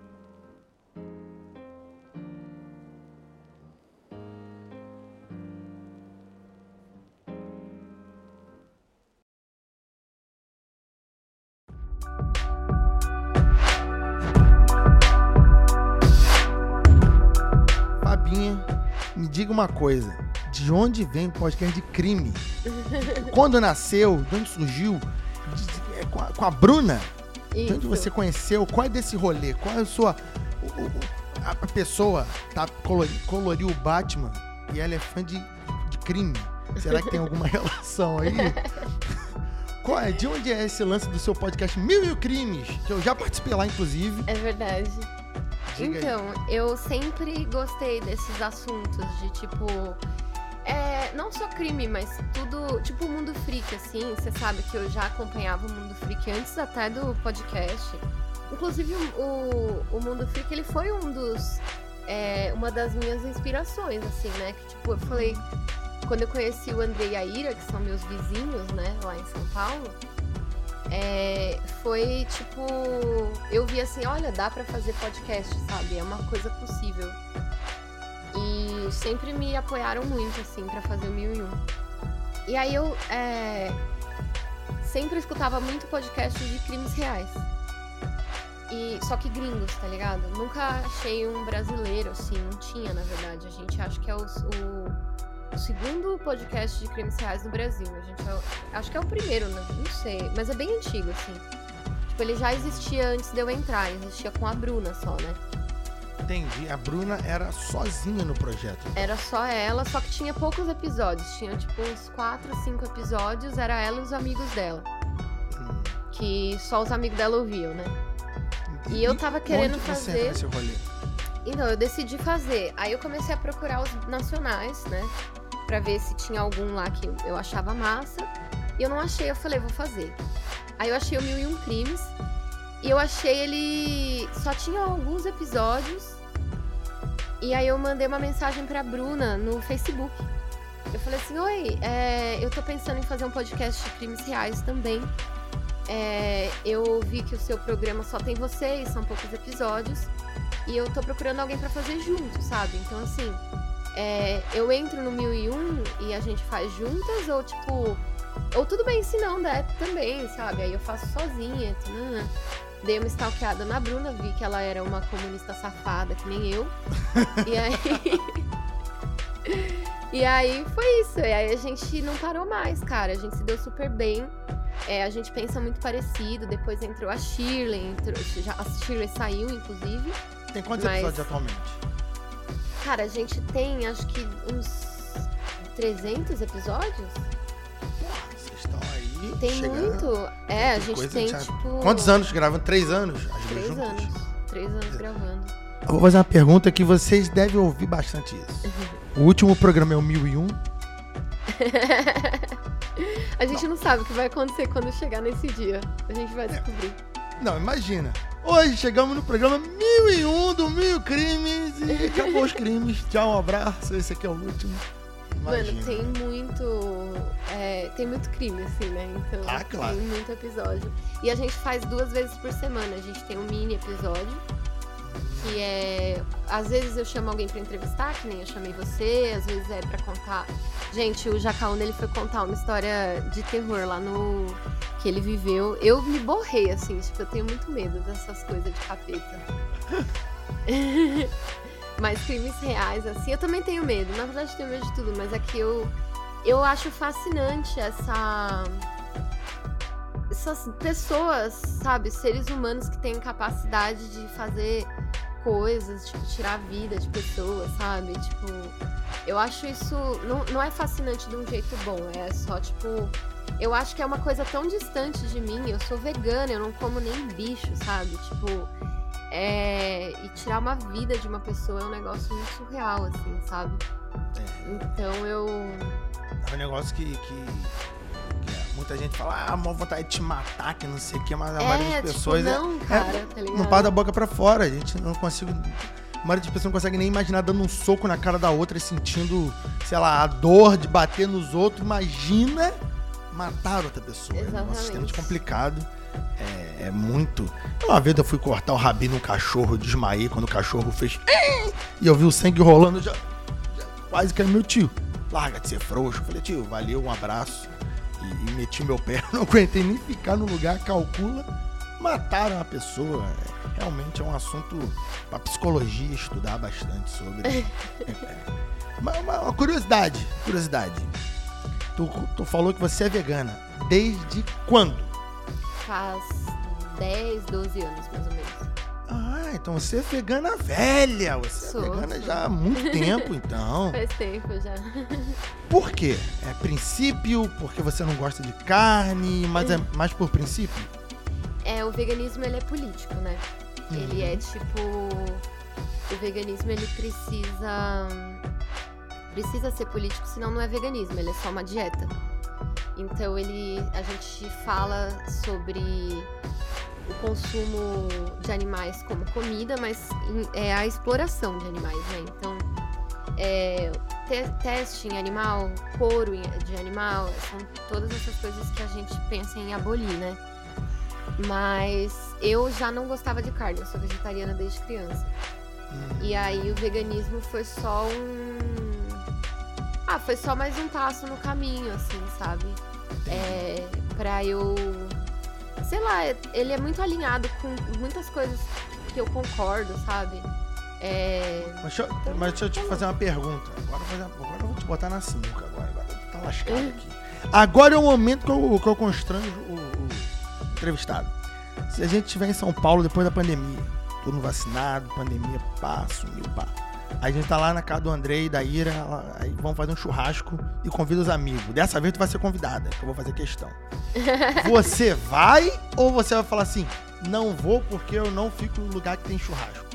Fabinha, me diga uma coisa, de onde vem o podcast de crime? Quando nasceu? De onde surgiu? De, de, com, a, com a Bruna? Isso. De onde você conheceu? Qual é desse rolê? Qual é a sua... O, o, a, a pessoa tá, colori, coloriu o Batman e ela é fã de, de crime. Será que tem alguma relação aí? Qual é? De onde é esse lance do seu podcast Mil e Crimes? Que eu já participei lá, inclusive. É verdade. Diga então, aí. Eu sempre gostei desses assuntos de tipo... É, não só crime, mas tudo... Tipo o Mundo Freak, assim. Você sabe que eu já acompanhava o Mundo Freak antes até do podcast. Inclusive, o, o Mundo Freak, ele foi um dos... É, uma das minhas inspirações, assim, né? Que tipo, eu falei... Quando eu conheci o André e a Ira, que são meus vizinhos, né? Lá em São Paulo... É, foi tipo, eu vi assim, olha, dá pra fazer podcast, sabe? É uma coisa possível. E sempre me apoiaram muito, assim, pra fazer o Mil e Um. E aí eu é, sempre escutava muito podcast de crimes reais. E, só que gringos, tá ligado? Nunca achei um brasileiro, assim, não tinha, na verdade. A gente acha que é o... o O segundo podcast de crimes reais no Brasil. A gente é, acho que é o primeiro, né? Não sei. Mas é bem antigo, assim. Tipo, ele já existia antes de eu entrar. Existia com a Bruna só, né? Entendi. A Bruna era sozinha no projeto. Era só ela, só que tinha poucos episódios. Tinha, tipo, uns quatro, cinco episódios. Era ela e os amigos dela. Hum. Que só os amigos dela ouviam, né? Entendi. E eu tava querendo Onde fazer... Você entra nesse rolê? Então, eu decidi fazer. Aí eu comecei a procurar os nacionais, né? Pra ver se tinha algum lá que eu achava massa. E eu não achei, eu falei, vou fazer. Aí eu achei o Mil e Um Crimes. E eu achei ele... Só tinha alguns episódios. E aí eu mandei uma mensagem pra Bruna no Facebook. Eu falei assim, oi, é, eu tô pensando em fazer um podcast de crimes reais também. É, eu vi que o seu programa só tem vocês, são poucos episódios. E eu tô procurando alguém pra fazer junto, sabe? Então, assim, é, eu entro no Mil e Um e a gente faz juntas, ou tipo... Ou tudo bem se não der também, sabe? Aí eu faço sozinha, tana. Dei uma stalkeada na Bruna, vi que ela era uma comunista safada, que nem eu. E aí... e aí foi isso. E aí a gente não parou mais, cara. A gente se deu super bem. É, a gente pensa muito parecido. Depois entrou a Shirley. Entrou... Já, a Shirley saiu, inclusive. Tem quantos Mas, episódios atualmente? Cara, a gente tem, acho que uns trezentos episódios. Porra, vocês estão aí Tem chegando. muito. É, a gente tem, já... tipo... Quantos anos gravando? Três anos? As duas Três juntas? anos. Três anos gravando. Eu vou fazer uma pergunta que vocês devem ouvir bastante isso. O último programa é o Mil e Um. A gente não. não sabe o que vai acontecer quando chegar nesse dia. A gente vai descobrir. É. Não, imagina. Hoje chegamos no programa Mil e Um do Mil Crimes e acabou os crimes. Tchau, um abraço. Esse aqui é o último. Imagina. Mano, tem muito. É, tem muito crime, assim, né? Então Ah, claro. tem muito episódio. E a gente faz duas vezes por semana. A gente tem um mini episódio. Que é. Às vezes eu chamo alguém pra entrevistar, que nem eu chamei você, às vezes é pra contar. Gente, o Jacaúna, ele foi contar uma história de terror lá no. Que ele viveu. Eu me borrei, assim, tipo, eu tenho muito medo dessas coisas de capeta. Mas crimes reais, assim, eu também tenho medo. Na verdade, eu tenho medo de tudo, mas aqui eu. Eu acho fascinante essa. Essas pessoas, sabe, seres humanos que têm capacidade de fazer coisas, tipo, tirar a vida de pessoas, sabe? Tipo, eu acho isso. Não, não é fascinante de um jeito bom, é só, tipo. Eu acho que é uma coisa tão distante de mim. Eu sou vegana, eu não como nem bicho, sabe? Tipo, é. E tirar uma vida de uma pessoa é um negócio muito surreal, assim, sabe? É. Então eu. É um negócio que. que... Muita gente fala, ah, mó vontade de te matar, que não sei o que, mas a É, maioria das tipo, pessoas não, é, cara, é, tá ligado? não para da boca pra fora. A gente não consigo. A maioria das pessoas não consegue nem imaginar dando um soco na cara da outra e sentindo, sei lá, a dor de bater nos outros. Imagina matar outra pessoa. Exatamente. É um negócio extremamente complicado. É, é muito. Uma vez eu fui cortar o rabinho num cachorro, desmaiei quando o cachorro fez. E eu vi o sangue rolando, já, já quase caiu meu tio. Larga de ser frouxo. Eu falei, tio, valeu, um abraço. E, e meti meu pé, não aguentei nem ficar no lugar, calcula, mataram a pessoa. É, realmente é um assunto para psicologia estudar bastante sobre. é, é. Uma, uma, uma curiosidade, curiosidade. Tu, tu falou que você é vegana. Desde quando? Faz dez, doze anos, mais ou menos. Ah, então você é vegana velha. Você Sou, é vegana sou. já há muito tempo, então. Faz tempo já. Por quê? É princípio? Porque você não gosta de carne? Mas é mais por princípio? É, o veganismo, ele é político, né? Uhum. Ele é tipo... O veganismo, ele precisa... Precisa ser político, senão não é veganismo, ele é só uma dieta. Então, ele... A gente fala sobre o consumo de animais como comida, mas é a exploração de animais, né? Então, é, te- teste em animal, couro em- de animal, são todas essas coisas que a gente pensa em abolir, né? Mas eu já não gostava de carne, eu sou vegetariana desde criança. Hum. E aí o veganismo foi só um... Ah, foi só mais um passo no caminho, assim, sabe? É, pra eu... Sei lá, ele é muito alinhado com muitas coisas que eu concordo, sabe? É... Mas deixa, eu- mas deixa eu te fazer uma pergunta. Agora, eu vou- agora eu vou te botar na sinuca agora. Agora tu tá lascado aqui. Agora é o momento que eu, que eu constranjo o, o entrevistado. Se a gente estiver em São Paulo depois da pandemia, todo mundo vacinado, pandemia, pá, sumiu, pá. Aí a gente tá lá na casa do Andrei e da Ira, aí vamos fazer um churrasco e convida os amigos. Dessa vez tu vai ser convidada, que eu vou fazer questão. Você vai ou você vai falar assim, não vou porque eu não fico no lugar que tem churrasco?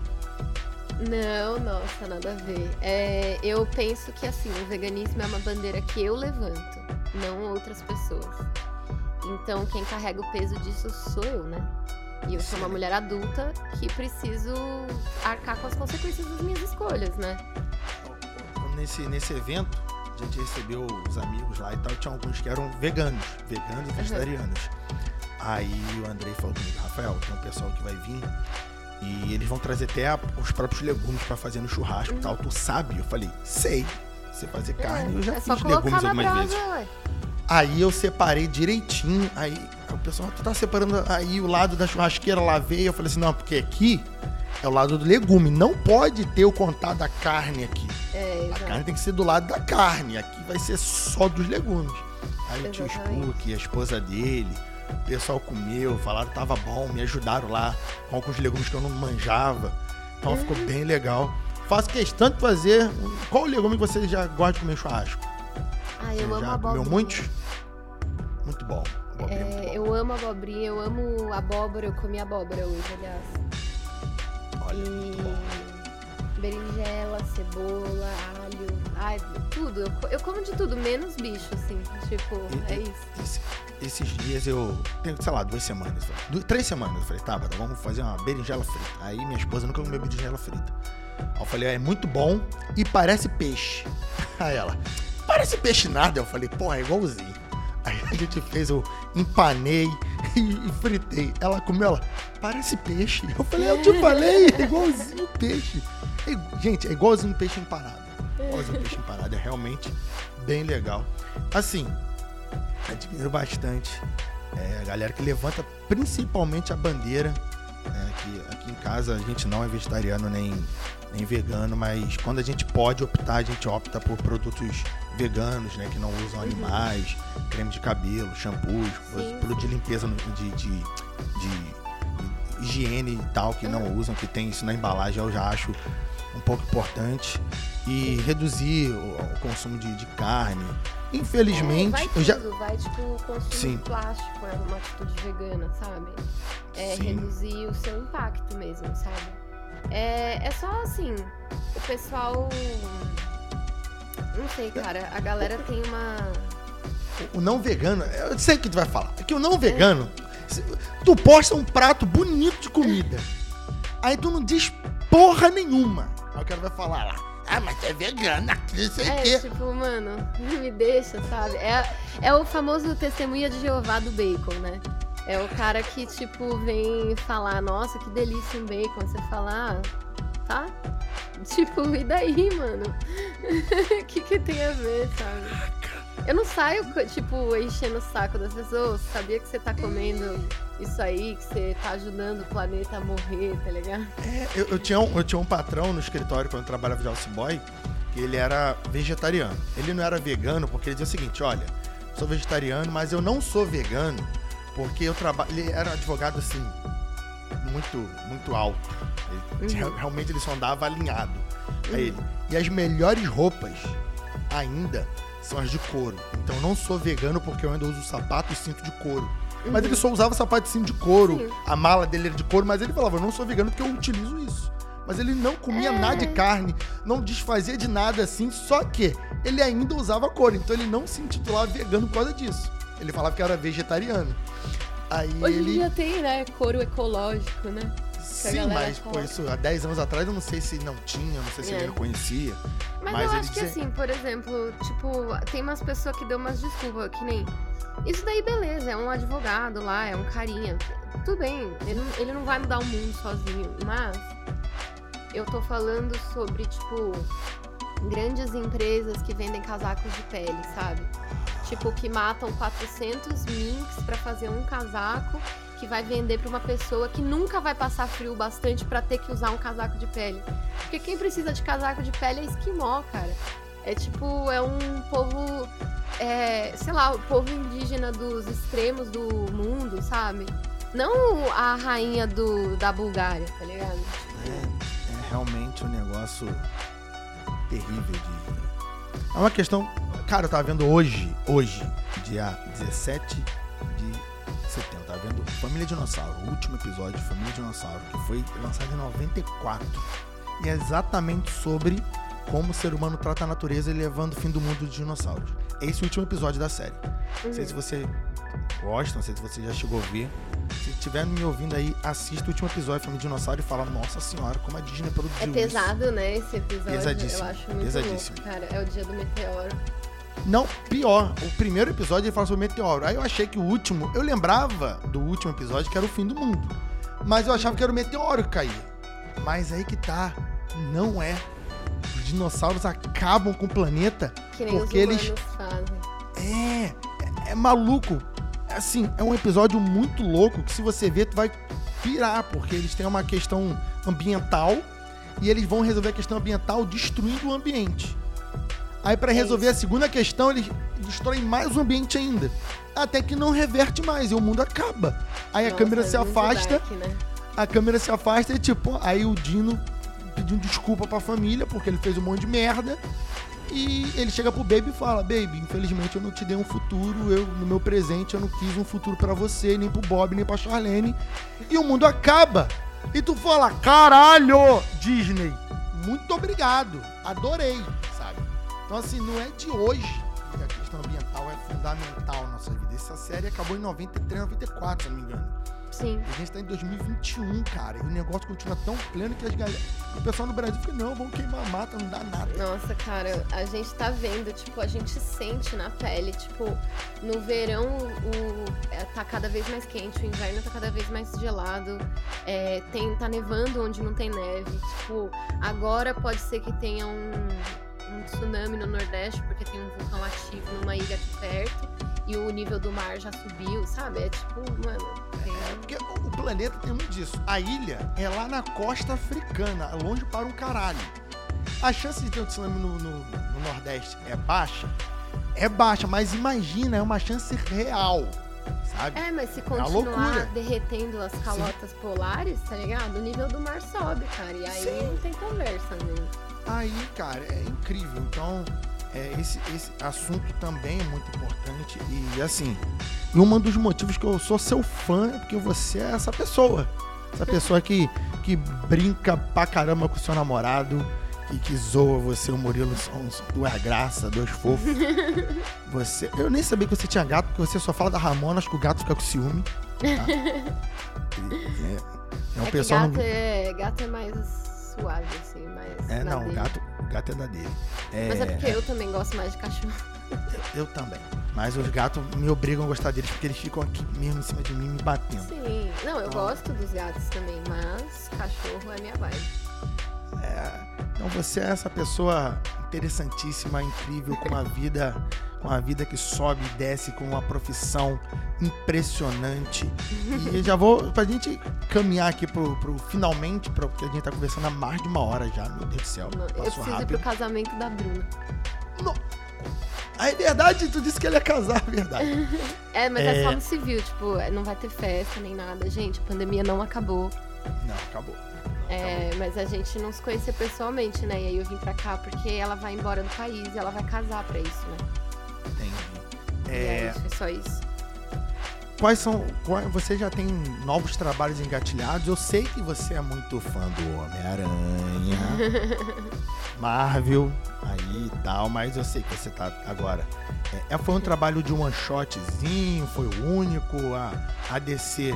Não, nossa, nada a ver. É, eu penso que, assim, o veganismo é uma bandeira que eu levanto, não outras pessoas. Então, quem carrega o peso disso sou eu, né? E eu sou uma mulher adulta que preciso arcar com as consequências das minhas escolhas, né? Nesse, nesse evento, a gente recebeu os amigos lá e tal, tinha alguns que eram veganos, veganos e vegetarianos. Aí o Andrei falou comigo, Rafael, tem um pessoal que vai vir e eles vão trazer até a- os próprios legumes pra fazer no churrasco e tal. Tu sabe? Eu falei, sei. Você fazer carne, eu já é só fiz colocar legumes na algumas brasa, vezes. ué. Aí eu separei direitinho, aí o pessoal, tu tá separando aí o lado da churrasqueira, lavei, eu falei assim, não, porque aqui é o lado do legume, não pode ter o contato da carne aqui. É, A exato. carne tem que ser do lado da carne, aqui vai ser só dos legumes. Aí o tio Exatamente. Spook, a esposa dele, o pessoal comeu, falaram que tava bom, me ajudaram lá com alguns legumes que eu não manjava. Então ficou bem legal. Faço questão de fazer. um- Qual o legume que você já gosta de comer churrasco? Ah, eu Você amo já abobrinha. comeu muitos? Muito bom. Abobrinha é muito É, bom. eu amo abobrinha, eu amo abóbora, eu comi abóbora hoje, aliás. Olha, muito bom. E berinjela, cebola, alho, ai, tudo. Eu, co- eu como de tudo, menos bicho, assim. Tipo, E- é e- isso. esse- esses dias eu. Tem, sei lá, duas semanas. du- três semanas. Eu falei, tá, Bada, vamos fazer uma berinjela frita. Aí minha esposa nunca comeu berinjela frita. Aí eu falei, é muito bom e parece peixe. Aí ela, parece peixe nada. Eu falei, porra, é igualzinho. Aí a gente fez, eu empanei e, e fritei. Ela comeu, ela, parece peixe. Eu falei, eu te falei, é igualzinho peixe. É, gente, é igualzinho peixe empanado. Igualzinho peixe empanado, é realmente bem legal. Assim, admiro bastante é, a galera que levanta principalmente a bandeira. É, que aqui em casa a gente não é vegetariano nem, nem vegano, mas quando a gente pode optar, a gente opta por produtos veganos, né, que não usam animais, uhum. creme de cabelo, shampoos, produto de limpeza de, de, de higiene e tal, que não usam, que tem isso na embalagem, eu já acho um pouco importante. E reduzir o, o consumo de, de carne. Infelizmente, é, vai eu já tudo, vai tipo consumo Sim. de plástico, é uma atitude vegana, sabe? É Sim. reduzir o seu impacto mesmo, sabe? É, é só assim, o pessoal, não sei, cara, a galera tem uma... O não vegano, eu sei o que tu vai falar, é que o não vegano, é. tu posta um prato bonito de comida, aí tu não diz porra nenhuma, aí o cara vai falar lá, ah, mas é vegana, aqui, sei o é, quê. Tipo, mano, me deixa, sabe? É, é o famoso testemunha de Jeová do bacon, né? É o cara que, tipo, vem falar, nossa, que delícia um bacon. Você fala, ah, tá? Tipo, e daí, mano? O que que tem a ver, sabe? Eu não saio, tipo, enchendo o saco das pessoas. Sabia que você tá comendo isso aí, que você tá ajudando o planeta a morrer, tá ligado? É, eu, eu, tinha um, eu tinha um patrão no escritório quando eu trabalhava de office boy, que ele era vegetariano. Ele não era vegano porque ele dizia o seguinte, olha, sou vegetariano, mas eu não sou vegano porque eu trabalho... Ele era um advogado, assim, muito, muito alto. Ele, uhum. Realmente ele só andava alinhado. Uhum. Aí ele, e as melhores roupas ainda são as de couro. Então eu não sou vegano porque eu ainda uso sapato e cinto de couro. Uhum. Mas ele só usava sapato e cinto de couro. Sim. A mala dele era de couro, mas ele falava, eu não sou vegano porque eu utilizo isso. Mas ele não comia é. nada de carne, não desfazia de nada assim, só que ele ainda usava couro. Então ele não se intitulava vegano por causa disso. Ele falava que era vegetariano. Aí Hoje ele... em dia tem, né, couro ecológico, né? Sim, mas pô, isso há dez anos atrás eu não sei se não tinha, não sei se é. ele reconhecia. Mas, mas eu ele acho que dizia... assim, por exemplo, tipo, tem umas pessoas que dão umas desculpas, que nem... Isso daí, beleza, é um advogado lá, é um carinha. Tudo bem, ele, ele não vai mudar o mundo sozinho, mas eu tô falando sobre, tipo, grandes empresas que vendem casacos de pele, sabe? Tipo, que matam quatrocentos minks pra fazer um casaco que vai vender pra uma pessoa que nunca vai passar frio bastante pra ter que usar um casaco de pele. Porque quem precisa de casaco de pele é esquimó, cara. É tipo, é um povo, é, sei lá, o povo indígena dos extremos do mundo, sabe? Não a rainha do, da Bulgária, tá ligado? É, é realmente um negócio terrível de... É uma questão... Cara, eu tava vendo hoje, hoje, dia dezessete de setembro, tava vendo Família Dinossauro, o último episódio de Família Dinossauro, que foi lançado em noventa e quatro. E é exatamente sobre como o ser humano trata a natureza e levando o fim do mundo dos dinossauros. Esse é o último episódio da série. Uhum. Não sei se você gosta, não sei se você já chegou a ver. Se estiver me ouvindo aí, assista o último episódio de Família Dinossauro e fala, nossa senhora, como a Disney produziu isso. É pesado, isso. né, esse episódio. Pesadíssimo. Eu acho muito Pesadíssimo. louco, cara. É o dia do meteoro. Não, pior. O primeiro episódio ele fala sobre o meteoro. Aí eu achei que o último... Eu lembrava do último episódio que era o fim do mundo. Mas eu achava que era o meteoro que caía. Mas aí que tá. Não é. Os dinossauros acabam com o planeta que nem porque os eles... fazem. É, é... É maluco. Assim, é um episódio muito louco que se você ver, tu vai pirar. Porque eles têm uma questão ambiental e eles vão resolver a questão ambiental destruindo o ambiente. Aí pra resolver é a segunda questão, eles destroem mais o ambiente ainda. Até que não reverte mais e o mundo acaba. Aí Nossa, a câmera se afasta, dark, né? a câmera se afasta e tipo, aí o Dino pedindo desculpa pra família porque ele fez um monte de merda. E ele chega pro Baby e fala, Baby, infelizmente eu não te dei um futuro, eu no meu presente eu não quis um futuro pra você, nem pro Bob, nem pra Charlene. E o mundo acaba. E tu fala, caralho, Disney, muito obrigado, adorei, sabe? Então, assim, não é de hoje que a questão ambiental é fundamental na nossa vida. Essa série acabou em noventa e três, noventa e quatro, se não me engano. Sim. A gente tá em dois mil e vinte e um, cara, e o negócio continua tão pleno que as galera... o pessoal no Brasil fica, não, vamos queimar a mata, não dá nada. Nossa, cara, a gente tá vendo, tipo, a gente sente na pele, tipo, no verão o, é, tá cada vez mais quente, o inverno tá cada vez mais gelado, é, tem, tá nevando onde não tem neve, tipo, agora pode ser que tenha um, um tsunami no Nordeste, porque tem um vulcão ativo numa ilha aqui perto, e o nível do mar já subiu, sabe? É tipo, mano... Tem... É, porque o planeta tem muito disso. A ilha é lá na costa africana, longe para um caralho. A chance de ter um tsunami no, no, no Nordeste é baixa? É baixa, mas imagina, é uma chance real, sabe? É, mas se É continuar derretendo as calotas Sim. polares, tá ligado? O nível do mar sobe, cara, e aí Sim. não tem conversa, né? Aí, cara, é incrível. Então... É, esse, esse assunto também é muito importante e assim, e um dos motivos que eu sou seu fã é porque você é essa pessoa, essa pessoa que, que brinca pra caramba com o seu namorado, que, que zoa você, o Murilo, são, são duas graças, dois fofos. Você, eu nem sabia que você tinha gato, porque você só fala da Ramona, acho que o gato fica com ciúme. Tá? É, é, um é pessoal gato, não... é, gato é mais suave, assim, mais... É, não, o gato, o gato é da dele. É, Mas é porque eu também gosto mais de cachorro. Eu, eu também. Mas os gatos me obrigam a gostar deles, porque eles ficam aqui mesmo em cima de mim, me batendo. Sim. Não, eu então, gosto dos gatos também, mas cachorro é minha vibe. É, então você é essa pessoa interessantíssima, incrível, com uma vida... com uma vida que sobe e desce, com uma profissão impressionante. E já vou, pra gente caminhar aqui pro, pro finalmente, pro, porque a gente tá conversando há mais de uma hora já, meu Deus do céu. Não, eu preciso rápido. ir pro casamento da Bruna. Não. Ah, é verdade, tu disse que ele ia casar, é verdade. É, mas é... é só no civil, tipo, não vai ter festa nem nada. Gente, a pandemia não acabou. Não, acabou. É, mas a gente não se conhecia pessoalmente, né? E aí eu vim pra cá porque ela vai embora do país e ela vai casar pra isso, né? Entendi. É, é isso, é só isso. Quais são... Quais, você já tem novos trabalhos engatilhados? Eu sei que você é muito fã do Homem-Aranha, Marvel, aí e tal, mas eu sei que você tá agora... É, foi um trabalho de one shotzinho, foi o único, a, a D C...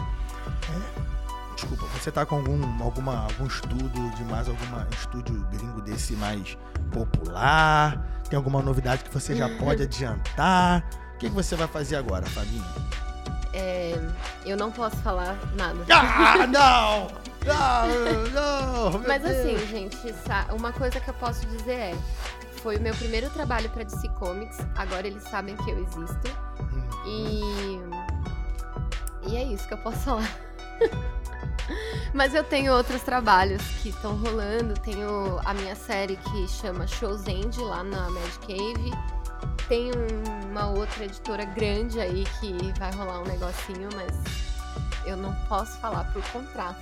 É, desculpa, você tá com algum, alguma, algum estudo de mais algum estúdio gringo desse mais popular? Tem alguma novidade que você já pode adiantar? O que, que você vai fazer agora, Fabinho? É, eu não posso falar nada. Ah, não! Não, não! Mas Deus. assim, gente, uma coisa que eu posso dizer é... Foi o meu primeiro trabalho pra D C Comics. Agora eles sabem que eu existo. Hum. E... E é isso que eu posso falar. Mas eu tenho outros trabalhos que estão rolando. Tenho a minha série que chama Show's End, lá na Mad Cave. Tem uma outra editora grande aí que vai rolar um negocinho, mas eu não posso falar por contrato.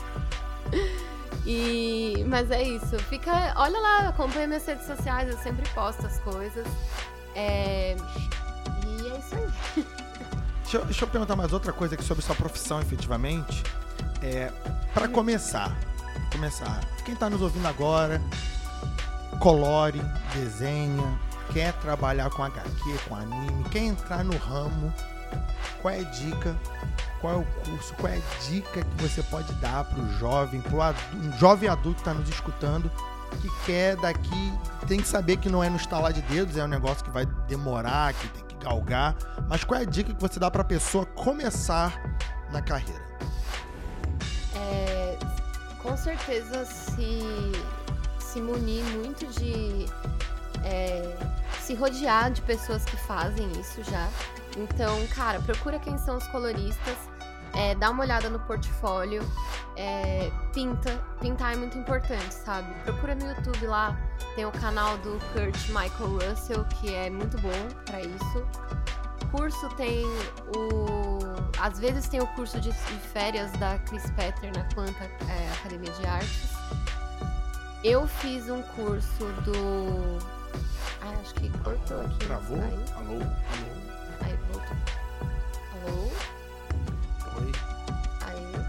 E, mas é isso. Fica, olha lá, acompanha minhas redes sociais, eu sempre posto as coisas. É, e é isso aí. Deixa eu, deixa eu perguntar mais outra coisa aqui sobre sua profissão, efetivamente. É, para começar, começar, quem tá nos ouvindo agora, colore, desenha, quer trabalhar com H Q, com anime, quer entrar no ramo, qual é a dica, qual é o curso, qual é a dica que você pode dar pro jovem, pro adulto, um jovem adulto que tá nos escutando, que quer daqui, tem que saber que não é no estalar de dedos, é um negócio que vai demorar, que tem que galgar, mas qual é a dica que você dá pra pessoa começar na carreira? É, com certeza se, se munir muito de... É, se rodear de pessoas que fazem isso já. Então, cara, procura quem são os coloristas, é, dá uma olhada no portfólio, é, pinta. Pintar é muito importante, sabe? Procura no YouTube lá, tem o canal do Kurt Michael Russell, que é muito bom pra isso. Curso tem o... Às vezes tem o curso de, de férias da Chris Petter na Quanta é, Academia de Artes. Eu fiz um curso do... Ai, acho que cortou aqui. Travou? Aí. Alô? Alô? Aí, voltou. Alô? Oi? Aí.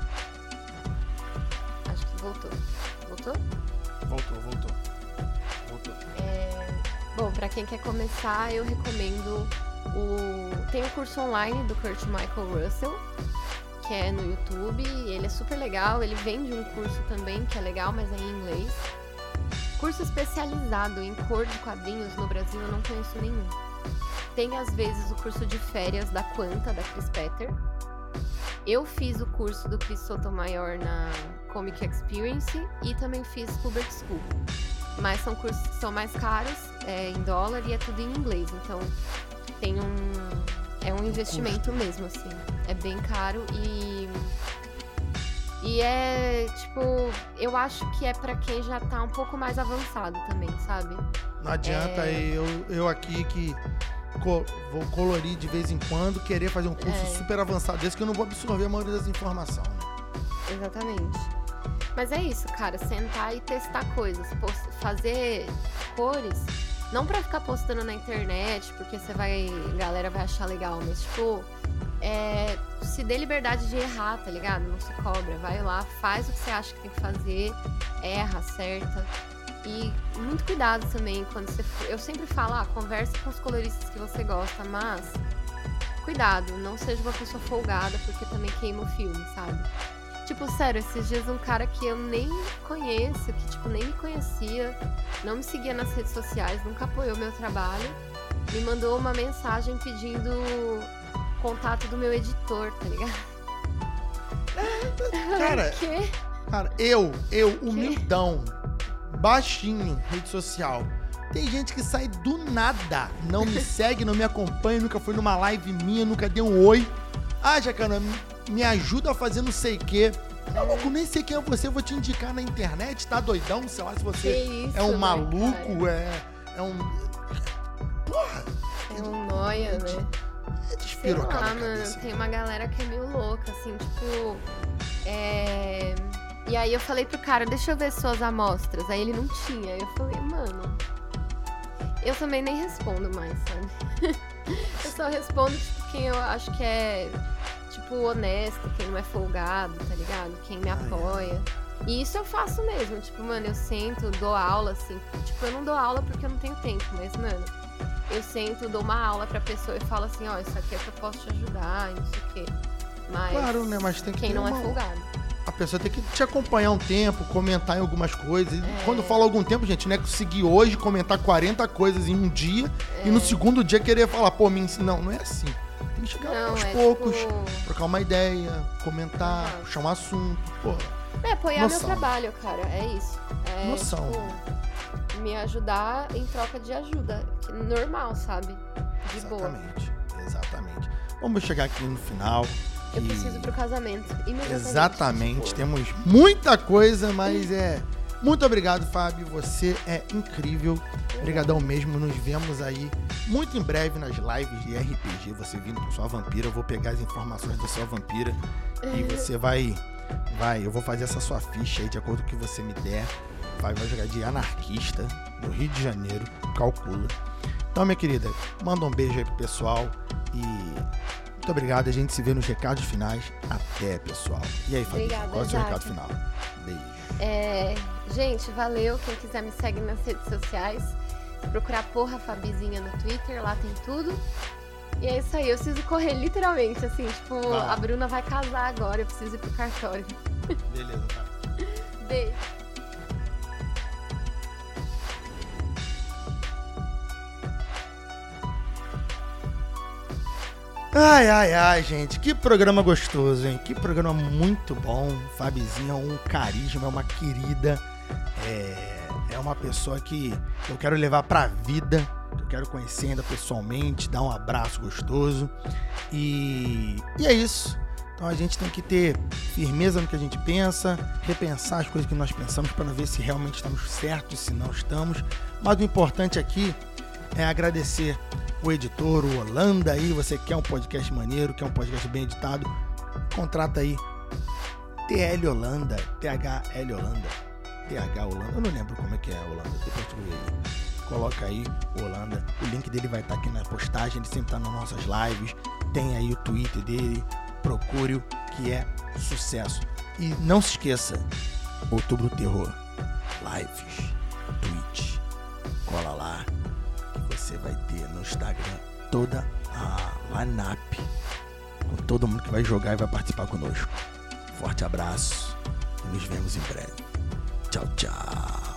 Acho que voltou. Voltou? Voltou, voltou. Voltou. É... Bom, pra quem quer começar, eu recomendo o... Tem o curso online do Kurt Michael Russell, que é no YouTube, ele é super legal, ele vende um curso também, que é legal, mas é em inglês. Curso especializado em cor de quadrinhos no Brasil eu não conheço nenhum. Tem, às vezes, o curso de férias da Quanta, da Chris Petter. Eu fiz o curso do Chris Sotomayor na Comic Experience e também fiz Kubert School. Mas são cursos que são mais caros, é, em dólar, e é tudo em inglês. Então, tem um... é um investimento mesmo, assim. É bem caro e... E é, tipo... Eu acho que é pra quem já tá um pouco mais avançado também, sabe? Não adianta é... eu, eu aqui que co- vou colorir de vez em quando, querer fazer um curso é... super avançado desse, que eu não vou absorver a maioria das informações, né? Exatamente. Mas é isso, cara. Sentar e testar coisas. Post- fazer cores... Não pra ficar postando na internet, porque você vai... A galera vai achar legal, mas, tipo... É, se dê liberdade de errar, tá ligado? Não se cobra. Vai lá, faz o que você acha que tem que fazer. Erra, acerta. E muito cuidado também quando você for... Eu sempre falo, ah, converse com os coloristas que você gosta, mas... Cuidado, não seja uma pessoa folgada, porque também queima o filme, sabe? Tipo, sério, esses dias um cara que eu nem conheço, que, tipo, nem me conhecia, não me seguia nas redes sociais, nunca apoiou meu trabalho, me mandou uma mensagem pedindo contato do meu editor, tá ligado? Cara, que? cara eu, eu, humildão, baixinho, rede social. Tem gente que sai do nada, não me segue, não me acompanha, nunca foi numa live minha, nunca deu um oi. Ah, Jacana, me ajuda a fazer não sei o quê. Maluco, nem sei quem é você, vou te indicar na internet, tá doidão? Sei lá se você isso, é um né, maluco, é, é um... Porra! É um noia, é de, né? É de Sei lá, na mano, cabeça. tem uma galera que é meio louca, assim, tipo... É... E aí eu falei pro cara, deixa eu ver suas amostras. Aí ele não tinha. Aí eu falei, mano... Eu também nem respondo mais, sabe? Eu só respondo, tipo, quem eu acho que é, tipo, honesto, quem não é folgado, tá ligado? Quem me apoia. E isso eu faço mesmo, tipo, mano, eu sento, dou aula, assim. Tipo, eu não dou aula porque eu não tenho tempo, mas, mano, eu sento, dou uma aula pra pessoa e falo assim, ó, oh, isso aqui é que eu posso te ajudar, e não sei o quê. Mas, claro, né? Mas tem que quem ter não uma... é folgado. A pessoa tem que te acompanhar um tempo, comentar em algumas coisas. E É. quando fala algum tempo, gente, não é conseguir hoje comentar quarenta coisas em um dia É. e no segundo dia querer falar, pô, me ensina. Não, não é assim. Tem que chegar Não, aos é poucos, tipo... trocar uma ideia, comentar, Exato. puxar um assunto, pô. É, apoiar Noção. meu trabalho, cara, é isso. É, Noção. tipo, me ajudar em troca de ajuda. Normal, sabe? De boa. Exatamente, exatamente. Vamos chegar aqui no final. Eu que- preciso ir pro casamento. Imediatamente. Exatamente, Tipo, temos muita coisa, mas é... Muito obrigado, Fábio, você é incrível. Obrigadão mesmo, nos vemos aí muito em breve nas lives de R P G, você vindo com sua vampira, eu vou pegar as informações da sua vampira e você vai, vai, eu vou fazer essa sua ficha aí de acordo com o que você me der, vai, vai jogar de anarquista no Rio de Janeiro, calcula. Então, minha querida, manda um beijo aí pro pessoal e muito obrigado, a gente se vê nos recados finais. Até, pessoal. E aí, Fábio, Obrigada, qual é o seu Jaque. recado final? Beijo. É, gente, valeu. Quem quiser me segue nas redes sociais. Se procurar porra Fabizinha no Twitter, lá tem tudo. E é isso aí, eu preciso correr literalmente, assim, tipo, Vai. a Bruna vai casar agora, eu preciso ir pro cartório. Beleza, tá. Beijo. Ai, ai, ai, gente, que programa gostoso, hein? Que programa muito bom. Fabizinha é um carisma, é uma querida, é, é uma pessoa que eu quero levar pra vida, que eu quero conhecer ainda pessoalmente, dar um abraço gostoso. E, e é isso. Então a gente tem que ter firmeza no que a gente pensa, repensar as coisas que nós pensamos para ver se realmente estamos certos, se não estamos. Mas o importante aqui é agradecer o editor, o Holanda aí, você quer um podcast maneiro, quer um podcast bem editado, contrata aí T L Holanda, T H L Holanda, T H Holanda, eu não lembro como é que é Holanda, depois tu vê aí. Coloca aí o Holanda, o link dele vai estar aqui na postagem, ele sempre tá nas nossas lives, tem aí o Twitter dele, procure-o, que é sucesso. E não se esqueça, Outubro Terror, lives, Twitch, cola lá, que você vai ter no Instagram toda a line-up com todo mundo que vai jogar e vai participar conosco. Forte abraço e nos vemos em breve. Tchau, tchau.